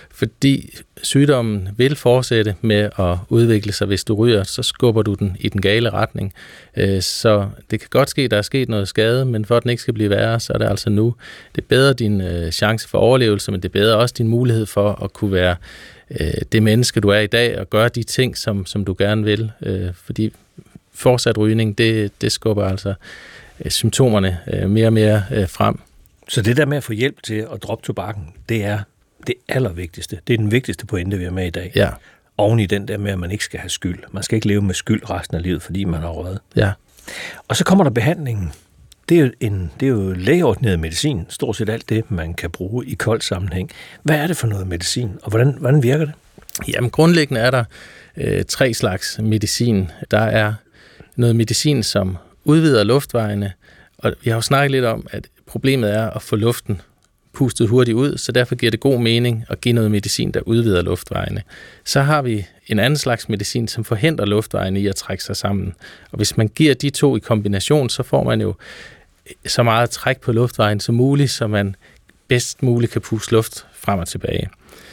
Fordi sygdommen vil fortsætte med at udvikle sig. Hvis du ryger, så skubber du den i den gale retning. Øh, så det kan godt ske, at der er sket noget skade, men for at den ikke skal blive værre, så er det altså nu. Det er bedre din øh, chance for overlevelse, men det er bedre også din mulighed for at kunne være øh, det menneske, du er i dag, og gøre de ting, som, som du gerne vil. Øh, fordi fortsat rygning, det, det skubber altså symptomerne øh, mere og mere øh, frem. Så det der med at få hjælp til at droppe tobakken, det er det allervigtigste. Det er den vigtigste pointe, vi har med i dag. Ja. Oven i den der med, at man ikke skal have skyld. Man skal ikke leve med skyld resten af livet, fordi man har røget. Ja. Og så kommer der behandlingen. Det er jo, en, det er jo lægeordineret medicin. Stort set alt det, man kan bruge i kold sammenhæng. Hvad er det for noget medicin, og hvordan, hvordan virker det? Jamen grundlæggende er der øh, tre slags medicin. Der er noget medicin, som udvider luftvejene, Og jeg har jo snakket lidt om, at problemet er at få luften pustet hurtigt ud, så derfor giver det god mening at give noget medicin, der udvider luftvejene. Så har vi en anden slags medicin, som forhindrer luftvejene i at trække sig sammen. Og hvis man giver de to i kombination, så får man jo så meget træk på luftvejen som muligt, så man bedst muligt kan puste luft frem og tilbage.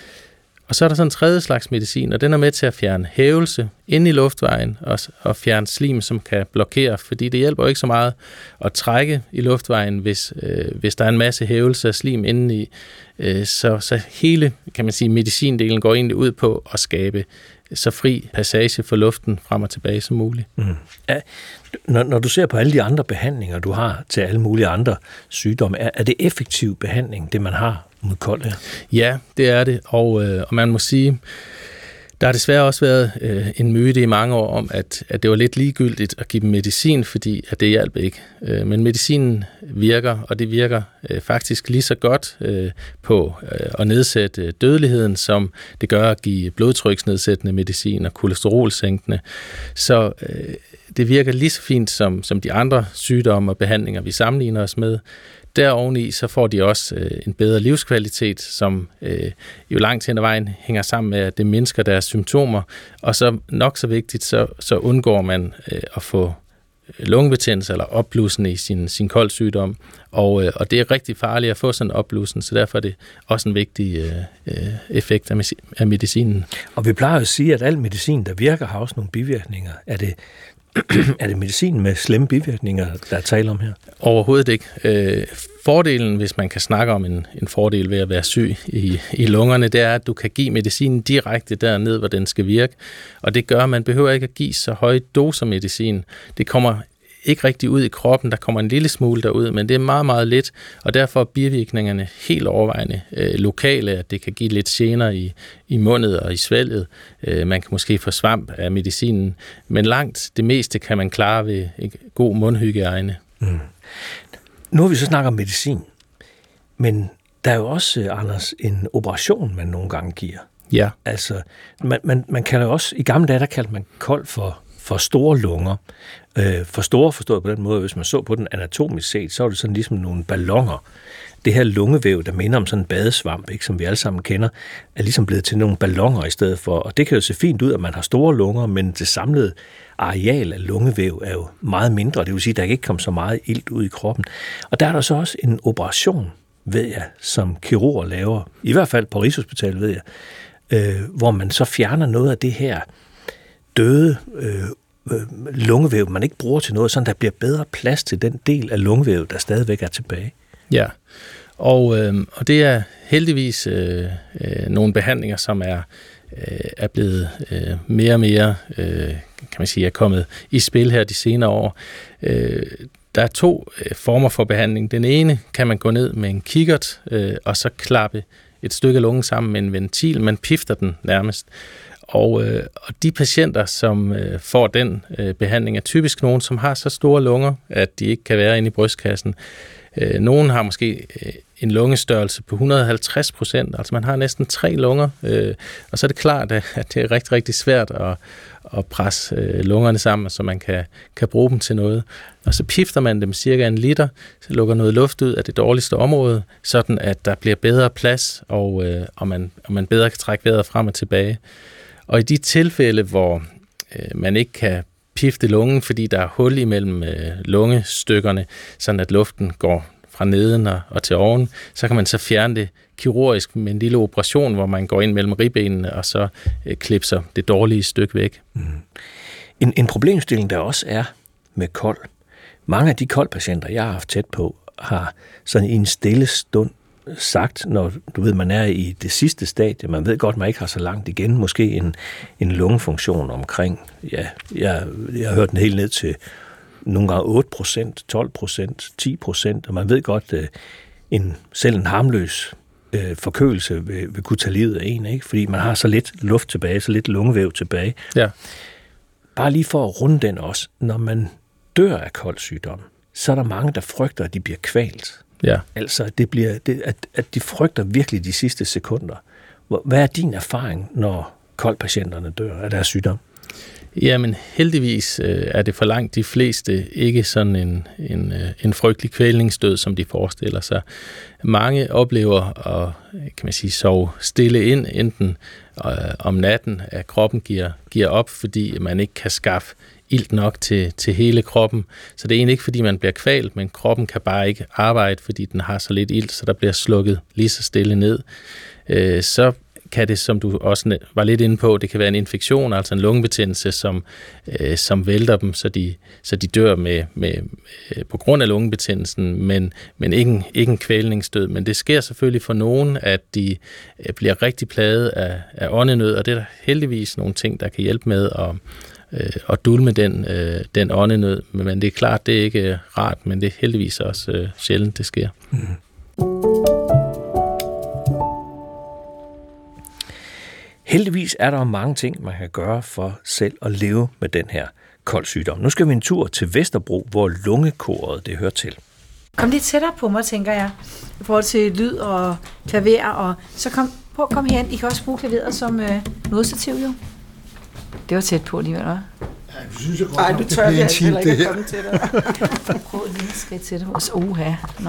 Og så er der sådan en tredje slags medicin, og den er med til at fjerne hævelse inde i luftvejen og, og fjerne slim, som kan blokere, fordi det hjælper jo ikke så meget at trække i luftvejen, hvis, øh, hvis der er en masse hævelse af slim inde i. Øh, så, så hele, kan man sige, medicindelen går egentlig ud på at skabe så fri passage for luften frem og tilbage som muligt. Mm. Ja, når, når du ser på alle de andre behandlinger, du har til alle mulige andre sygdomme, er, er det effektiv behandling, det man har mod kold her? Ja, det er det, og, øh, og man må sige, der har desværre også været øh, en myte i mange år om, at, at det var lidt ligegyldigt at give dem medicin, fordi at det hjalp ikke. Øh, men medicinen virker, og det virker øh, faktisk lige så godt øh, på øh, at nedsætte dødeligheden, som det gør at give blodtryksnedsættende medicin og kolesterolsænkende. Så øh, det virker lige så fint som, som de andre sygdomme og behandlinger, vi sammenligner os med. Deroveni så får de også øh, en bedre livskvalitet, som øh, jo langt hen ad vejen hænger sammen med, at det mindsker deres symptomer. Og så nok så vigtigt, så, så undgår man øh, at få lungebetændelse eller opblussen i sin, sin koldsygdom. Og, øh, og det er rigtig farligt at få sådan en opblussen, så derfor er det også en vigtig øh, effekt af, af medicinen. Og vi plejer at sige, at al medicin, der virker, har også nogle bivirkninger. Er det Er det medicin med slemme bivirkninger, der er tale om her? Overhovedet ikke. Øh, fordelen, hvis man kan snakke om en, en fordel ved at være syg i, i lungerne, det er, at du kan give medicinen direkte derned, hvor den skal virke. Og det gør, at man behøver ikke at give så høje doser medicin. Det kommer ikke rigtig ud i kroppen, der kommer en lille smule derud, men det er meget, meget lidt, og derfor er bivirkningerne helt overvejende øh, lokale, at det kan give lidt gener i, i mundet og i svælget. Øh, man kan måske få svamp af medicinen, men langt det meste kan man klare ved en god mundhygiejne. Mm. Nu har vi så snakket om medicin, men der er jo også, Anders, en operation, man nogle gange giver. Ja. Altså, man, man, man kalder jo også, i gamle dage, der kaldte man kold for for store lunger. Øh, for store forstået på den måde, hvis man så på den anatomisk set, så er det sådan ligesom nogle balloner. Det her lungevæv, der minder om sådan en badesvamp, ikke, som vi alle sammen kender, er ligesom blevet til nogle balloner i stedet for. Og det kan jo se fint ud, at man har store lunger, men det samlede areal af lungevæv er jo meget mindre. Det vil sige, at der ikke kommer så meget ilt ud i kroppen. Og der er der så også en operation, ved jeg, som kirurger laver, i hvert fald på Rigshospitalet, ved jeg, øh, hvor man så fjerner noget af det her døde øh, øh, lungevæv, man ikke bruger til noget, sådan der bliver bedre plads til den del af lungevæv, der stadigvæk er tilbage. Ja, og, øh, og det er heldigvis øh, øh, nogle behandlinger, som er, øh, er blevet øh, mere og mere, øh, kan man sige, er kommet i spil her de senere år. Øh, der er to øh, former for behandling. Den ene kan man gå ned med en kikkert, øh, og så klappe et stykke af lungen sammen med en ventil. Man pifter den nærmest. Og, øh, og de patienter, som øh, får den øh, behandling, er typisk nogen, som har så store lunger, at de ikke kan være inde i brystkassen. Øh, nogen har måske øh, en lungestørrelse på et hundrede og halvtreds procent, altså man har næsten tre lunger, øh, og så er det klart, at det er rigtig, rigtig svært at, at presse øh, lungerne sammen, så man kan, kan bruge dem til noget. Og så pifter man dem cirka en liter, så lukker noget luft ud af det dårligste område, sådan at der bliver bedre plads, og, øh, og, man, og man bedre kan trække vejret frem og tilbage. Og i de tilfælde, hvor øh, man ikke kan pifte lungen, fordi der er hul imellem øh, lungestykkerne, sådan at luften går fra neden og, og til oven, så kan man så fjerne det kirurgisk med en lille operation, hvor man går ind mellem ribbenene og så øh, klipser det dårlige stykke væk. Mm. En, en problemstilling, der også er med kold. Mange af de koldpatienter, jeg har haft tæt på, har sådan i en stille stund sagt, når du ved, man er i det sidste stadie, man ved godt, man ikke har så langt igen, måske en, en lungefunktion omkring, ja, jeg, jeg har hørt den helt ned til nogle gange otte procent, tolv procent, ti procent, og man ved godt, en, selv en harmløs øh, forkølelse vil, vil kunne tage livet af en, ikke? Fordi man har så lidt luft tilbage, så lidt lungevæv tilbage. Ja. Bare lige for at runde den også, når man dør af koldsygdom, så er der mange, der frygter, at de bliver kvalt. Ja. Altså, det bliver, det, at, at de frygter virkelig de sidste sekunder. Hvad er din erfaring, når koldpatienterne dør af deres sygdom? Jamen heldigvis øh, er det for langt de fleste ikke sådan en, en, øh, en frygtelig kvælningsdød, som de forestiller sig. Mange oplever at kan man sige, sove stille ind, enten øh, om natten, at kroppen giver, giver op, fordi man ikke kan skaffe ilt nok til, til hele kroppen. Så det er egentlig ikke, fordi man bliver kvalt, men kroppen kan bare ikke arbejde, fordi den har så lidt ilt, så der bliver slukket lige så stille ned. Øh, så kan det, som du også var lidt inde på, det kan være en infektion, altså en lungebetændelse, som, øh, som vælter dem, så de, så de dør med, med, øh, på grund af lungebetændelsen, men, men ikke, en, ikke en kvælningsdød. Men det sker selvfølgelig for nogen, at de øh, bliver rigtig plaget af, af åndenød, og det er der heldigvis nogle ting, der kan hjælpe med at, øh, at dulme den, øh, den åndenød. Men det er klart, det er ikke rart, men det er heldigvis også øh, sjældent, det sker. Mm. Heldigvis er der mange ting, man kan gøre for selv at leve med den her koldsygdom. Nu skal vi en tur til Vesterbro, hvor lungekoret det hører til. Kom lidt tættere på mig, tænker jeg, i forhold til lyd og klaver, og så kom, prøv at komme hen. I kan også bruge klaveret som øh, nådestativ, jo. Det var tæt på alligevel, hva'? Ja, jeg synes, jeg godt, Ej, du tør jeg heller ikke det at komme tættere. Prøv lige at skridt tættere på os. Uha, nå.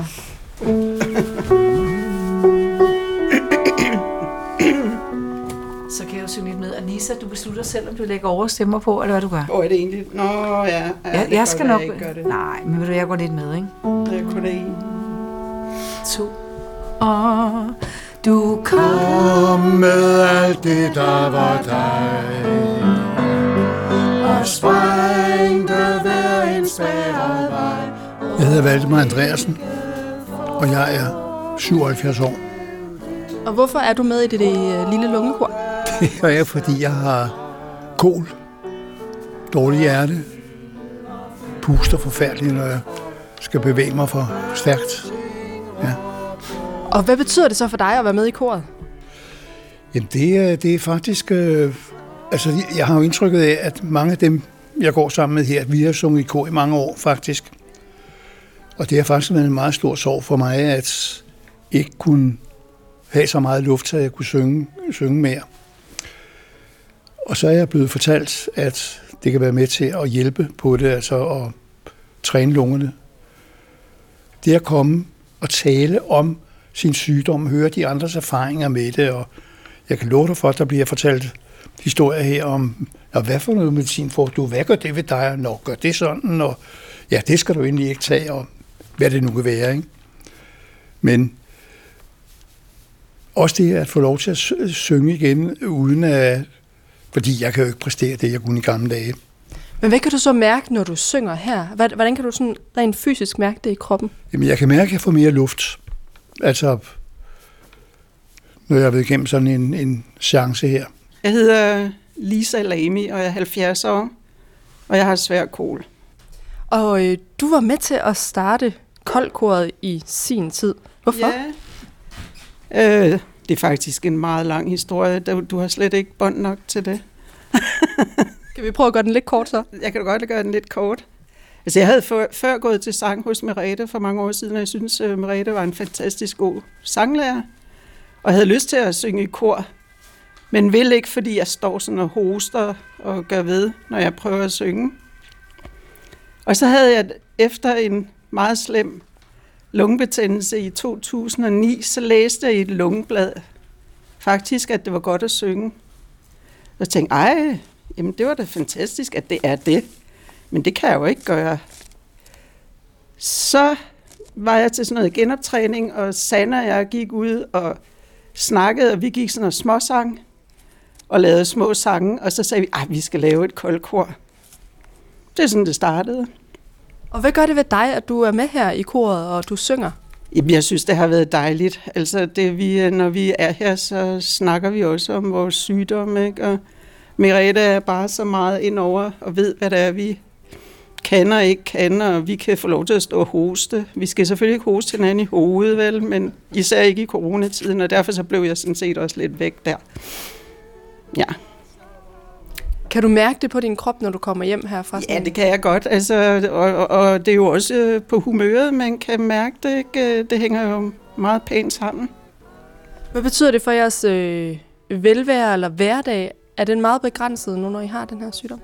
Så kan jeg jo synge lidt med. Anissa, du beslutter selv, om du lægger overstemmer på, eller hvad du gør. Hvor er det egentlig? Nå, ja. ja jeg, jeg skal nok... Jeg gør det. Nej, men ved du, jeg går lidt med, ikke? Det er kun en. To. Og du kom. Kom med alt det, der var dig, og sprængte hver en spærret vej. Jeg hedder Valdemar Andreasen, og jeg er syvoghalvfjerds år. Og hvorfor er du med i det, det lille lungekor? Det gør jeg, fordi jeg har kol, dårlig hjerte, puster forfærdeligt, når jeg skal bevæge mig for stærkt. Ja. Og hvad betyder det så for dig at være med i koret? Jamen det er, det er faktisk... Øh, altså jeg har jo indtrykket af, at mange af dem, jeg går sammen med her, vi har sunget i kor i mange år faktisk. Og det har faktisk været en meget stor sorg for mig, at ikke kunne have så meget luft, så jeg kunne synge, synge mere. Og så er jeg blevet fortalt, at det kan være med til at hjælpe på det, altså at træne lungerne. Det at komme og tale om sin sygdom, høre de andres erfaringer med det, og jeg kan love dig for, at der bliver fortalt historier her om, hvad for noget medicin får du, hvad gør det ved dig, og gør det sådan, og ja, det skal du egentlig ikke tage, og hvad det nu kan være, ikke? Men også det at få lov til at synge igen, uden at, fordi jeg kan jo ikke præstere det, jeg kunne i gamle dage. Men hvad kan du så mærke, når du synger her? Hvordan kan du sådan rent fysisk mærke det i kroppen? Jamen, jeg kan mærke, at jeg får mere luft. Altså, når jeg har været igennem sådan en, en chance her. Jeg hedder Lisa Lamy, og jeg er halvfjerds år, og jeg har svær kol. Og øh, du var med til at starte koldkoret i sin tid. Hvorfor? Ja. Øh, det er faktisk en meget lang historie. Du har slet ikke bånd nok til det. Kan vi prøve at gøre den lidt kort så? Jeg kan da godt gøre den lidt kort. Altså, jeg havde før, før gået til sang hos Merete for mange år siden, og jeg synes, at Merete var en fantastisk god sanglærer. Og jeg havde lyst til at synge i kor, men vil ikke, fordi jeg står sådan og hoster og gør ved, når jeg prøver at synge. Og så havde jeg efter en meget slem lungebetændelse i to tusind og ni, så læste jeg i et lungeblad faktisk, at det var godt at synge. Og jeg tænkte, ej, jamen det var da fantastisk, at det er det. Men det kan jeg jo ikke gøre. Så var jeg til sådan noget genoptræning, og Sanna og jeg gik ud og snakkede, og vi gik sådan noget småsang og lavede små sange, og så sagde vi, at vi skal lave et koldkor. Det er sådan, det startede. Og hvad gør det ved dig, at du er med her i koret, og du synger? Jamen, jeg synes, det har været dejligt. Altså, det, vi, når vi er her, så snakker vi også om vores sygdom, ikke? Og Merete er bare så meget indover og ved, hvad det er, vi kan og ikke kan, og vi kan få lov til at stå og hoste. Vi skal selvfølgelig ikke hoste hinanden i hovedet, vel, men især ikke i coronatiden, og derfor så blev jeg sådan set også lidt væk der. Ja. Kan du mærke det på din krop, når du kommer hjem herfra? Ja, det kan jeg godt, altså, og, og, og det er jo også på humøret, man kan mærke det, ikke? Det hænger jo meget pænt sammen. Hvad betyder det for jeres øh, velvære eller hverdag, Er den meget begrænset nu, når I har den her sygdom?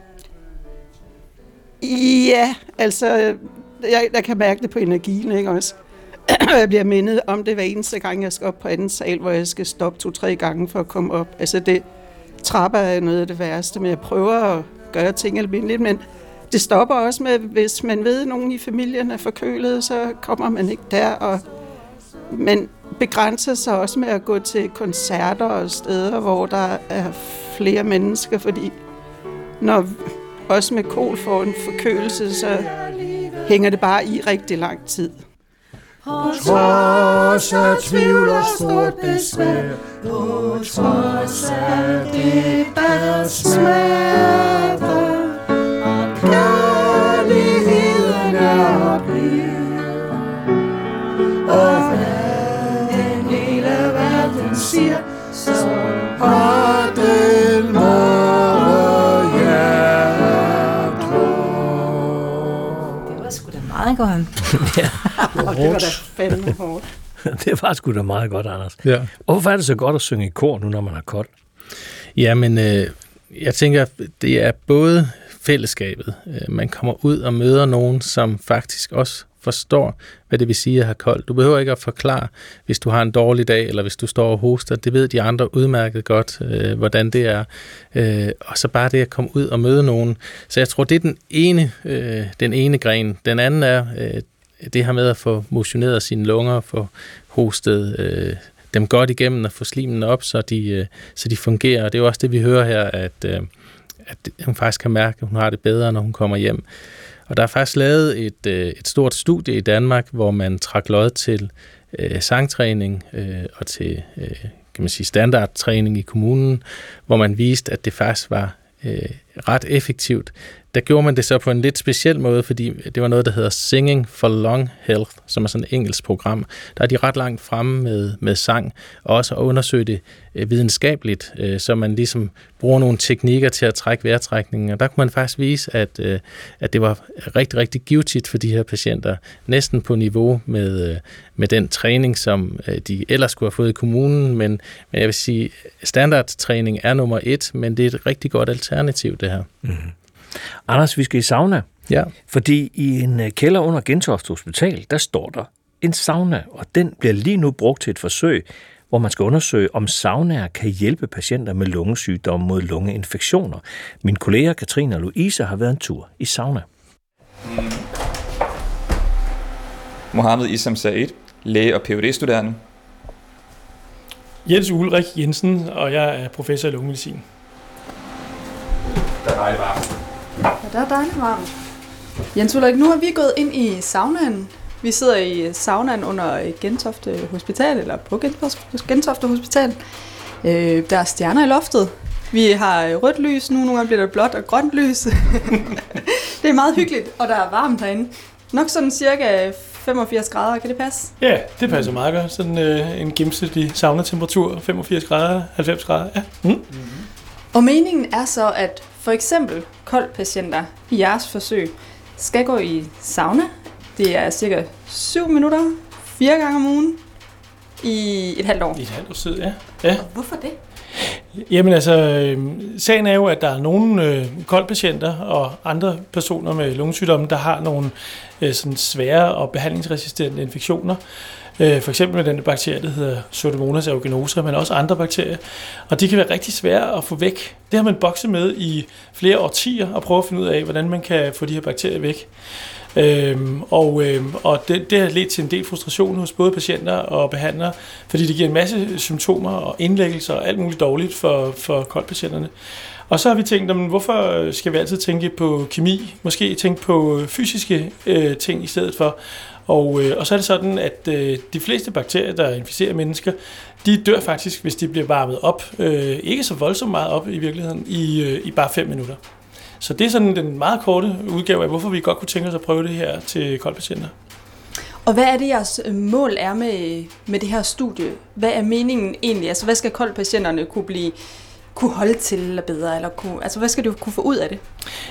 Ja, altså, jeg, jeg kan mærke det på energien, ikke også? Jeg bliver mindet om det hver eneste gang, jeg skal op på anden sal, hvor jeg skal stoppe to-tre gange for at komme op. Altså, det trapper er noget af det værste, men jeg prøver at gøre ting almindeligt, men det stopper også med, hvis man ved, at nogen i familien er forkølet, så kommer man ikke der, og man begrænser sig også med at gå til koncerter og steder, hvor der er flere mennesker, fordi når også med kol får en forkølelse, så hænger det bare i rigtig lang tid. På trods af tvivl og stort besvær, på trods af det, der smerter, og kærligheden er oplivet, og hvad den hele verden siger, så har den måde hjertet. Det var sgu da meget godt. Ja. Og det var da fandme hårdt. Det var sgu da meget godt, Anders. Ja. Hvorfor er det så godt at synge i kor nu, når man er kold? Jamen, øh, jeg tænker, det er både fællesskabet. Man kommer ud og møder nogen, som faktisk også forstår, hvad det vil sige at have koldt. Du behøver ikke at forklare, hvis du har en dårlig dag, eller hvis du står og hoster. Det ved de andre udmærket godt, øh, hvordan det er. Øh, og så bare det at komme ud og møde nogen. Så jeg tror, det er den ene, øh, den ene gren. Den anden er øh, det her med at få motioneret sine lunger, få hostet øh, dem godt igennem og få slimen op, så de, øh, så de fungerer. Og det er jo også det, vi hører her, at, øh, at hun faktisk kan mærke, at hun har det bedre, når hun kommer hjem. Og der er faktisk lavet et, øh, et stort studie i Danmark, hvor man trak lod til øh, sangtræning øh, og til øh, kan man sige, standardtræning i kommunen, hvor man viste, at det faktisk var øh, ret effektivt. Der gjorde man det så på en lidt speciel måde, fordi det var noget, der hedder Singing for Lung Health, som er sådan et engelsk program. Der er de ret langt fremme med, med sang, og også at undersøge det øh, videnskabeligt, øh, så man ligesom bruger nogle teknikker til at trække vejrtrækningen. Og der kunne man faktisk vise, at, øh, at det var rigtig, rigtig givtigt for de her patienter, næsten på niveau med, øh, med den træning, som øh, de ellers skulle have fået i kommunen. Men, men jeg vil sige, standardtræning er nummer et, men det er et rigtig godt alternativ, det her. Mm-hmm. Anders, vi skal i sauna. Ja. Fordi i en kælder under Gentofte Hospital, der står der en sauna, og den bliver lige nu brugt til et forsøg, hvor man skal undersøge, om saunaer kan hjælpe patienter med lungesygdomme mod lungeinfektioner. Min kolleger Katrine og Louise har været en tur i sauna. Mm. Mohammed Isam Said, læge og P H D-studerende. Jens Ulrik Jensen, og jeg er professor i lungemedicin. Der er dejligt varmt. Ja, der er dejligt varmt. Jens Ulrik, nu har vi gået ind i saunaen. Vi sidder i saunaen under Gentofte Hospital, eller på Gentofte Hospital. Øh, der er stjerner i loftet. Vi har rødt lys nu, nogle gange bliver der blåt og grønt lys. Det er meget hyggeligt, og der er varmt herinde. Nok sådan cirka femogfirs grader, kan det passe? Ja, det passer meget godt. Sådan øh, en gennemsnitlig saunatemperatur, femogfirs grader, halvfems grader. Ja. Mm. Mm-hmm. Og meningen er så, at for eksempel koldpatienter i jeres forsøg skal gå i sauna. Det er cirka syv minutter, fire gange om ugen, i et halvt år. I et halvt år tid, ja. ja. Og hvorfor det? Jamen altså, øh, sagen er jo, at der er nogle øh, koldpatienter og andre personer med lungesygdomme, der har nogle øh, sådan svære og behandlingsresistente infektioner. Øh, for eksempel med den bakterie, der hedder Pseudomonas aeruginosa, men også andre bakterier. Og de kan være rigtig svære at få væk. Det har man bokset med i flere årtier og prøvet at finde ud af, hvordan man kan få de her bakterier væk. Øhm, og øhm, og det, det har ledt til en del frustration hos både patienter og behandlere, fordi det giver en masse symptomer og indlæggelser og alt muligt dårligt for, for koldpatienterne. Og så har vi tænkt, jamen, hvorfor skal vi altid tænke på kemi, måske tænke på fysiske øh, ting i stedet for. Og, øh, og så er det sådan, at øh, de fleste bakterier, der inficerer mennesker, de dør faktisk, hvis de bliver varmet op. Øh, ikke så voldsomt meget op i virkeligheden, i, øh, i bare fem minutter. Så det er sådan den meget korte udgave af, hvorfor vi godt kunne tænke os at prøve det her til koldpatienter. Og hvad er det, jeres mål er med, med det her studie? Hvad er meningen egentlig? Altså, hvad skal koldpatienterne kunne blive kunne holde til eller bedre? Eller kunne, altså, hvad skal de kunne få ud af det?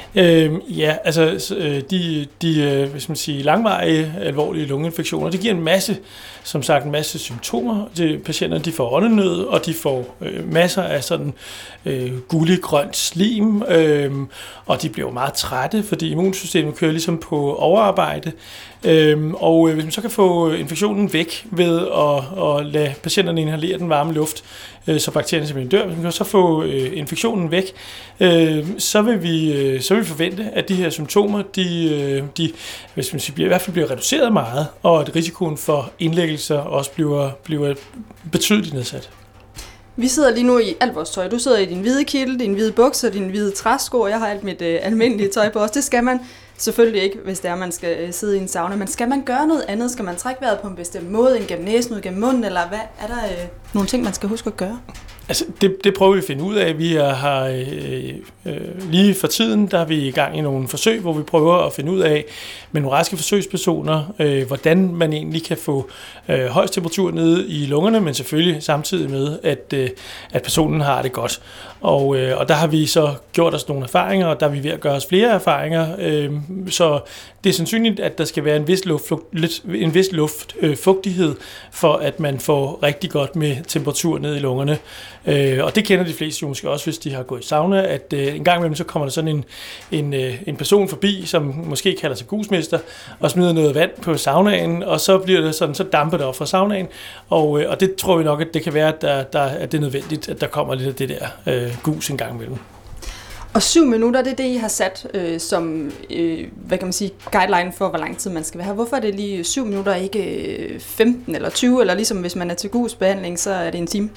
Øh, ja, altså de, de hvis man siger, langvarige alvorlige lungeinfektioner, det giver en masse, som sagt en masse symptomer. De, patienter de får åndenød, og de får øh, masser af sådan øh, gullig-grønt slim, øh, og de bliver meget trætte, fordi immunsystemet kører ligesom på overarbejde. Øh, og hvis man så kan få infektionen væk ved at, at lade patienterne inhalere den varme luft, øh, så bakterierne simpelthen dør, hvis man kan så få øh, infektionen væk, øh, så vil vi øh, så vil vi forvente, at de her symptomer, de, de hvis man siger, bliver, i hvert fald bliver reduceret meget, og at risikoen for indlæggelser også bliver, bliver betydeligt nedsat. Vi sidder lige nu i alt vores tøj. Du sidder i din hvide kittel, din hvide bukser, din hvide træsko, og jeg har alt mit øh, almindelige tøj på os. Det skal man selvfølgelig ikke, hvis det er, man skal øh, sidde i en sauna. Men skal man gøre noget andet? Skal man trække vejret på en bestemt måde, end gennem næsen, ud gennem munden, eller hvad? Er der øh, nogle ting, man skal huske at gøre? Altså, det, det prøver vi at finde ud af. Vi er, har øh, øh, lige for tiden, der er vi i gang i nogle forsøg, hvor vi prøver at finde ud af med nogle raske forsøgspersoner, øh, hvordan man egentlig kan få øh, højst temperatur nede i lungerne, men selvfølgelig samtidig med, at, øh, at personen har det godt. Og, øh, og der har vi så gjort os nogle erfaringer, og der er vi ved at gøre os flere erfaringer. Øh, så det er sandsynligt, at der skal være en vis, luft, en vis luftfugtighed, øh, for at man får rigtig godt med temperatur ned i lungerne. Øh, og det kender de fleste jo måske også, hvis de har gået i sauna, at øh, en gang imellem så kommer der sådan en, en, øh, en person forbi, som måske kalder sig gusmester, og smider noget vand på saunaen, og så bliver det sådan, så damper det op fra saunaen, og, øh, og det tror vi nok, at det kan være, at, der, der, at det er nødvendigt, at der kommer lidt af det der øh, gus en gang imellem. Og syv minutter, det er det, I har sat øh, som, øh, hvad kan man sige, guideline for, hvor lang tid man skal være her. Hvorfor er det lige syv minutter, ikke øh, femten eller tyve, eller ligesom hvis man er til gusbehandling, så er det en time?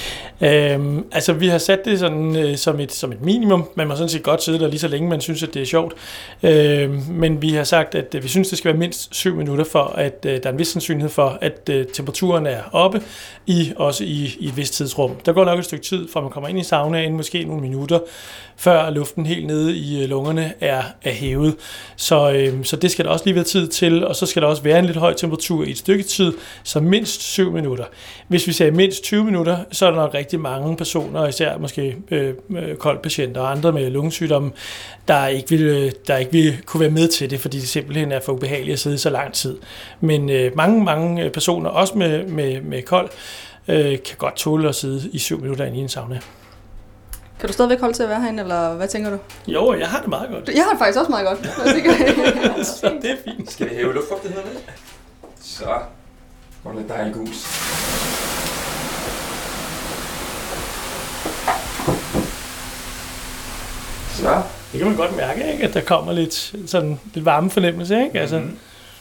Øhm, altså, vi har sat det sådan øh, som, et, som et minimum. Man må sådan set godt sidde der lige så længe, man synes, at det er sjovt. Øhm, men vi har sagt, at øh, vi synes, det skal være mindst syv minutter, for at øh, der er en vis sandsynlighed for, at øh, temperaturen er oppe, i, også i, i et vist tidsrum. Der går nok et stykke tid, fra man kommer ind i saunaen, måske nogle minutter, før luften helt nede i øh, lungerne er, er hævet. Så, øh, så det skal der også lige være tid til, og så skal der også være en lidt høj temperatur i et stykke tid, så mindst syv minutter. Hvis vi siger mindst tyve minutter, så er der nok rigtig mange personer, især måske øh, koldpatienter og andre med lungesygdomme, der ikke, vil, der ikke vil kunne være med til det, fordi det simpelthen er for ubehageligt at sidde så lang tid. Men øh, mange, mange personer, også med, med, med kold, øh, kan godt tåle at sidde i syv minutter inde i en sauna. Kan du stadigvæk holde til at være herinde, eller hvad tænker du? Jo, jeg har det meget godt. Jeg har det faktisk også meget godt. Så det er fint. Skal vi hæve luftfugtigheden lidt? Så. Hvor er det dejligt gus. Så. Det kan man godt mærke, ikke? At der kommer lidt, sådan, lidt varme fornemmelse. Ikke? Altså. Mm-hmm.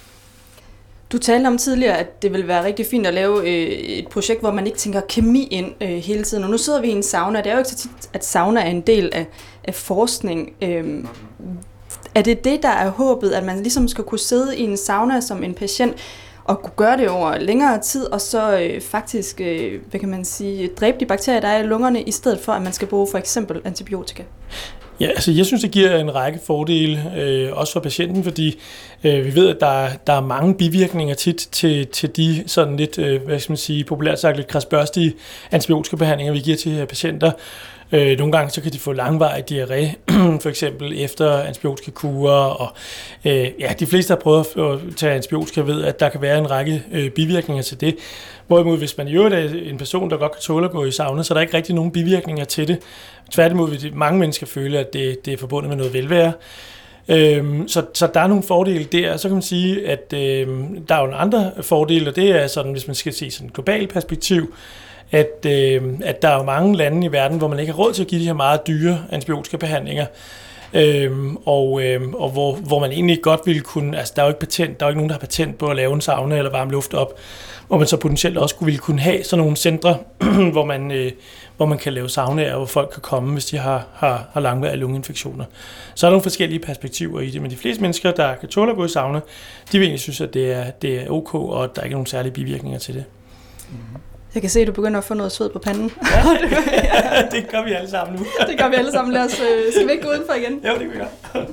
Du talte om tidligere, at det ville være rigtig fint at lave øh, et projekt, hvor man ikke tænker kemi ind øh, hele tiden. Og nu sidder vi i en sauna. Det er jo ikke så tit, at sauna er en del af, af forskning. Øhm, er det det, der er håbet, at man ligesom skal kunne sidde i en sauna som en patient, og kunne gøre det over længere tid, og så øh, faktisk, øh, hvad kan man sige, dræbe de bakterier, der er i lungerne, i stedet for, at man skal bruge for eksempel antibiotika? Ja, altså jeg synes, det giver en række fordele, øh, også for patienten, fordi øh, vi ved, at der, der er mange bivirkninger tit til, til de sådan lidt, øh, hvad skal man sige, populært sagt lidt krasbørstige antibiotikabehandlinger, vi giver til her patienter. Øh, nogle gange så kan de få langvarig diarré, for eksempel efter antibiotikakure, og øh, ja, de fleste, der har prøvet at tage antibiotika, ved, at der kan være en række øh, bivirkninger til det. Hvorimod, hvis man i øvrigt er en person, der godt kan tåle at gå i sauna, så er der ikke rigtig nogen bivirkninger til det. Tværtimod vil mange mennesker føle, at det, det er forbundet med noget velvære. Øhm, så, så der er nogle fordele der. Så kan man sige, at øhm, der er jo nogle andre fordele, og det er sådan, hvis man skal se sådan et globalt perspektiv, at, øh, at der er jo mange lande i verden, hvor man ikke har råd til at give de her meget dyre antibiotikabehandlinger, øhm, og, øh, og hvor, hvor man egentlig godt ville kunne, altså der er jo ikke patent, der er jo ikke nogen, der har patent på at lave en sauna eller varme luft op, hvor man så potentielt også ville kunne have sådan nogle centre, hvor man, øh, hvor man kan lave saunaer, hvor folk kan komme, hvis de har, har, har langvarige lungeinfektioner. Så er der nogle forskellige perspektiver i det, men de fleste mennesker, der kan tåle at gå i sauna, de vil egentlig synes, at det er, det er ok, og at der ikke er nogen særlige bivirkninger til det. Mm-hmm. Jeg kan se, at du begynder at få noget sved på panden. Ja, det gør vi alle sammen nu. Det gør vi alle sammen. Lad os, øh, skal vi ikke gå udenfor igen? Jo, det kan vi gøre.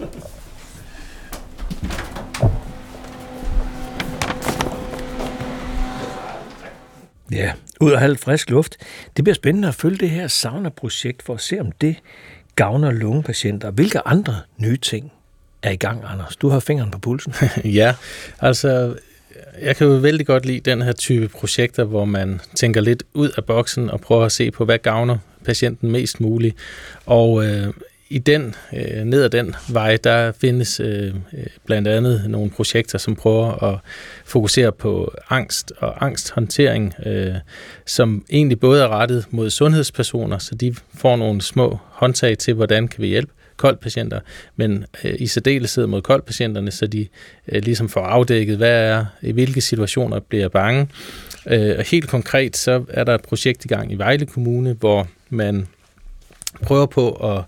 Ja, ud og have lidt frisk luft. Det bliver spændende at følge det her sauna-projekt for at se, om det gavner lungepatienter. Hvilke andre nye ting er i gang, Anders? Du har fingeren på pulsen. Ja, altså jeg kan jo vældig godt lide den her type projekter, hvor man tænker lidt ud af boksen og prøver at se på, hvad gavner patienten mest muligt. Og øh, i den, øh, ned ad den vej, der findes øh, blandt andet nogle projekter, som prøver at fokusere på angst og angsthåndtering, øh, som egentlig både er rettet mod sundhedspersoner, så de får nogle små håndtag til, hvordan kan vi hjælpe koldpatienter, men øh, i særdeleshed mod koldpatienterne, så de øh, ligesom får afdækket, hvad er, i hvilke situationer bliver bange. Øh, og helt konkret, så er der et projekt i gang i Vejle Kommune, hvor man prøver på at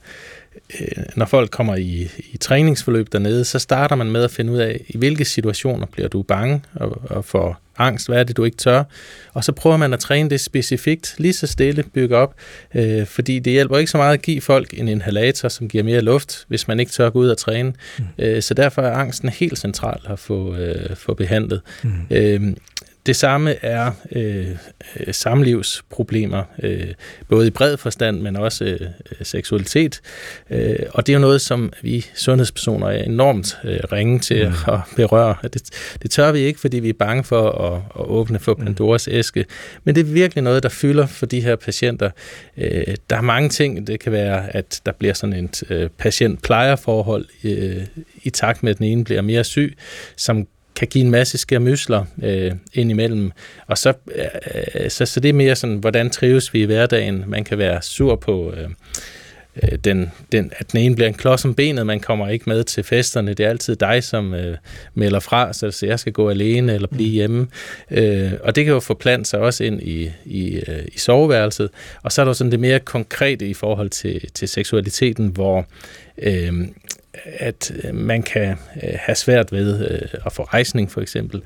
når folk kommer i, i træningsforløb dernede, så starter man med at finde ud af, i hvilke situationer bliver du bange og, og får angst, hvad er det, du ikke tør, og så prøver man at træne det specifikt, lige så stille bygge op, øh, fordi det hjælper ikke så meget at give folk en inhalator, som giver mere luft, hvis man ikke tør gå ud og træne. Mm. Øh, så derfor er angsten helt central at få, øh, få behandlet. Mm. Øh, Det samme er øh, samlivsproblemer, øh, både i bred forstand, men også øh, seksualitet. Øh, og det er jo noget, som vi sundhedspersoner er enormt øh, ringe til mm. at berøre. Det, det tør vi ikke, fordi vi er bange for at, at åbne for Pandoras æske. Men det er virkelig noget, der fylder for de her patienter. Øh, der er mange ting. Det kan være, at der bliver sådan et øh, patient-plejerforhold øh, i takt med, at den ene bliver mere syg, som kan give en masse skærmysler øh, indimellem. Og så, øh, så, så det er mere sådan, hvordan trives vi i hverdagen. Man kan være sur på, øh, den, den, at den ene bliver en klods om benet, man kommer ikke med til festerne. Det er altid dig, som øh, melder fra, så, så jeg skal gå alene eller blive hjemme. Øh, og det kan jo forplante sig også ind i, i, øh, i soveværelset. Og så er der sådan det mere konkrete i forhold til, til seksualiteten, hvor øh, at man kan have svært ved at få rejsning, for eksempel.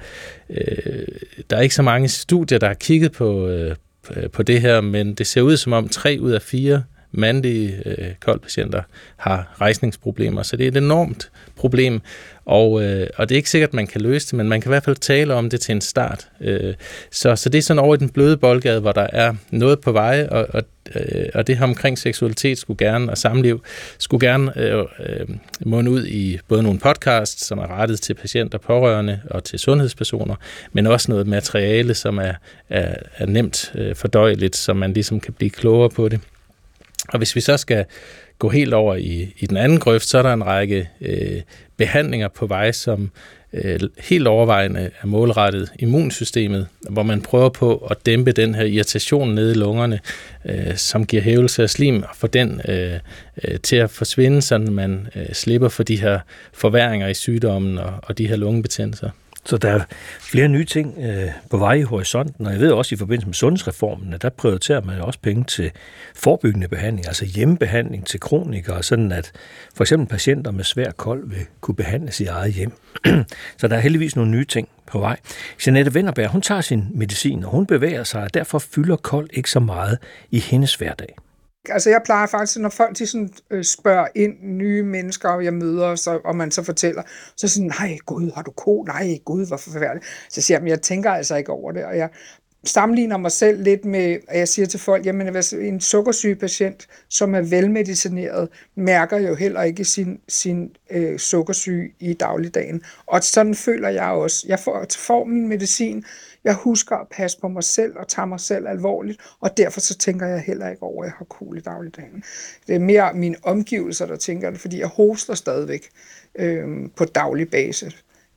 Der er ikke så mange studier, der har kigget på, på det her, men det ser ud som om tre ud af fire mandlige koldpatienter har rejsningsproblemer, så det er et enormt problem, og, øh, og det er ikke sikkert, at man kan løse det, men man kan i hvert fald tale om det til en start. Øh, så, så det er sådan over i den bløde boldgade, hvor der er noget på vej, og, og, øh, og det her omkring seksualitet skulle gerne, og samliv skulle gerne øh, øh, munde ud i både nogle podcasts, som er rettet til patienter, pårørende og til sundhedspersoner, men også noget materiale, som er, er, er nemt øh, fordøjeligt, så man ligesom kan blive klogere på det. Og hvis vi så skal gå helt over i, i den anden grøft, så er der en række øh, behandlinger på vej, som øh, helt overvejende er målrettet immunsystemet, hvor man prøver på at dæmpe den her irritation nede i lungerne, øh, som giver hævelse af slim, og få den øh, øh, til at forsvinde, så man øh, slipper for de her forværringer i sygdommen og, og de her lungebetændelser. Så der er flere nye ting øh, på vej i horisonten, og jeg ved også i forbindelse med sundhedsreformen, at der prioriterer man også penge til forebyggende behandling, altså hjemmebehandling til kronikere, sådan at for eksempel patienter med svær kold vil kunne behandles i eget hjem. Så der er heldigvis nogle nye ting på vej. Jeanette Wennerberg, hun tager sin medicin, og hun bevæger sig, og derfor fylder kold ikke så meget i hendes hverdag. Altså jeg plejer faktisk, når folk de sådan, øh, spørger ind nye mennesker, og jeg møder, så, og man så fortæller, så sådan, nej gud, har du ko? Nej gud, hvor forfærdeligt. Så siger jeg, men jeg tænker altså ikke over det, og jeg sammenligner mig selv lidt med, at jeg siger til folk, jamen en sukkersyg patient, som er velmedicineret, mærker jo heller ikke sin, sin øh, sukkersyge i dagligdagen. Og sådan føler jeg også. Jeg får, får min medicin, jeg husker at passe på mig selv og tage mig selv alvorligt, og derfor så tænker jeg heller ikke over, at jeg har kol i dagligdagen. Det er mere mine omgivelser, der tænker det, fordi jeg hoster stadigvæk øh, på daglig basis.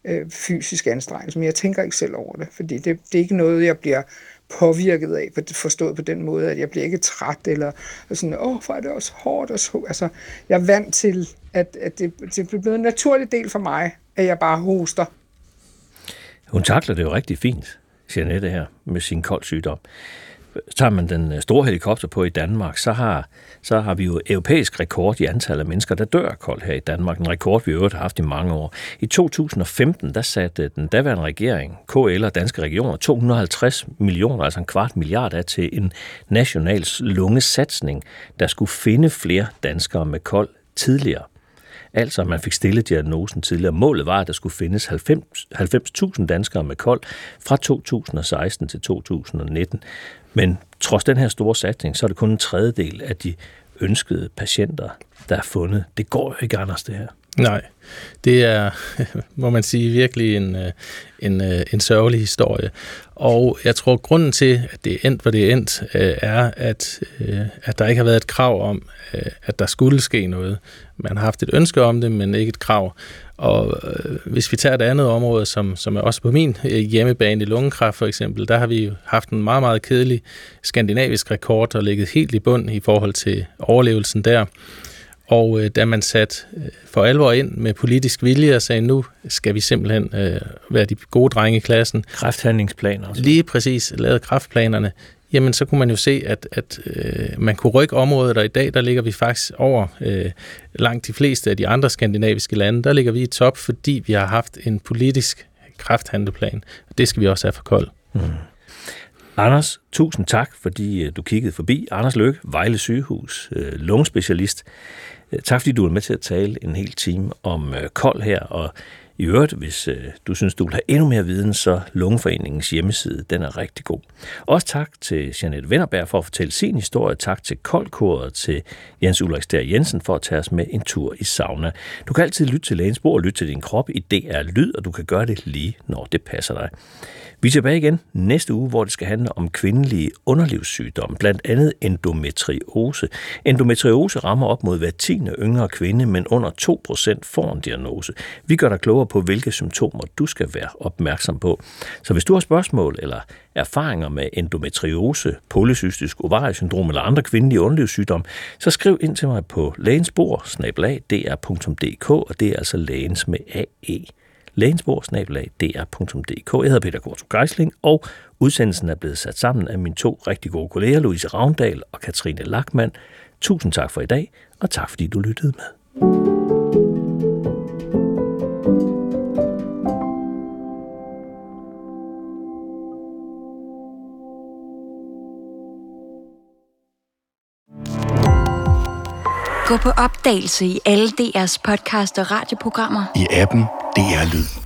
Fysisk anstrengelse, men jeg tænker ikke selv over det, fordi det, det er ikke noget, jeg bliver påvirket af, forstået på den måde, at jeg bliver ikke træt, eller sådan, åh, for er det også hårdt og så. Altså, jeg er vant til, at, at det, det er blevet en naturlig del for mig, at jeg bare hoster. Hun takler det jo rigtig fint, Jeanette her, med sin kold sygdom. Så tager man den store helikopter på i Danmark, så har, så har vi jo europæisk rekord i antal af mennesker, der dør koldt her i Danmark. En rekord, vi øvrigt har haft i mange år. I to tusind og femten, der satte den daværende regering, K L og Danske Regioner, to hundrede og halvtreds millioner, altså en kvart milliard af til en national lungesatsning, der skulle finde flere danskere med kold tidligere. Altså, man fik stillet diagnosen tidligere. Målet var, at der skulle findes halvfems tusind danskere med kold fra to tusind og seksten til to tusind og nitten. Men trods den her store satsning, så er det kun en tredjedel af de ønskede patienter, der er fundet. Det går jo ikke, Anders, det her. Nej, det er, må man sige, virkelig en, en, en sørgelig historie. Og jeg tror, grunden til, at det er endt, hvor det er endt, er, at, at der ikke har været et krav om, at der skulle ske noget. Man har haft et ønske om det, men ikke et krav. Og hvis vi tager et andet område, som, som er også på min hjemmebane i lungekræft for eksempel, der har vi jo haft en meget, meget kedelig skandinavisk rekord og ligget helt i bund i forhold til overlevelsen der. Og øh, da man satte øh, for alvor ind med politisk vilje og sagde, nu skal vi simpelthen øh, være de gode drenge i klassen. Kræfthandlingsplaner også. Lige præcis, lavede kræftplanerne. Jamen, så kunne man jo se, at, at øh, man kunne rykke området, og i dag, der ligger vi faktisk over øh, langt de fleste af de andre skandinaviske lande. Der ligger vi i top, fordi vi har haft en politisk kræfthandleplan. Og det skal vi også have for kold. Mm. Anders, tusind tak, fordi du kiggede forbi. Anders Løkke, Vejle Sygehus, lungespecialist. Tak, fordi du er med til at tale en hel time om kold her, og i øvrigt, hvis du synes, du vil have endnu mere viden, så Lungeforeningens hjemmeside, den er rigtig god. Også tak til Jeanette Wennerberg for at fortælle sin historie. Tak til Koldkoret, til Jens Ulrik Stær Jensen for at tage os med en tur i sauna. Du kan altid lytte til Lægens Bord og lytte til din krop i D R Lyd, og du kan gøre det lige, når det passer dig. Vi er tilbage igen næste uge, hvor det skal handle om kvindelige underlivssygdomme, blandt andet endometriose. Endometriose rammer op mod hver tiende yngre kvinde, men under to procent får en diagnose. Vi gør dig klogere på, hvilke symptomer du skal være opmærksom på. Så hvis du har spørgsmål eller erfaringer med endometriose, polycystisk ovariesyndrom eller andre kvindelige underlivssygdomme, så skriv ind til mig på lægensbord snabel-a d r punktum d k, og det er altså lægens med A E. lægensbord snabel-a d r punktum d k. Jeg hedder Peter Kortrup Geisling, og udsendelsen er blevet sat sammen af mine to rigtig gode kolleger, Louise Ravndal og Katrine Lachmann. Tusind tak for i dag, og tak fordi du lyttede med. Gå på opdagelse i alle D R's podcast og radioprogrammer. I appen D R Lyd.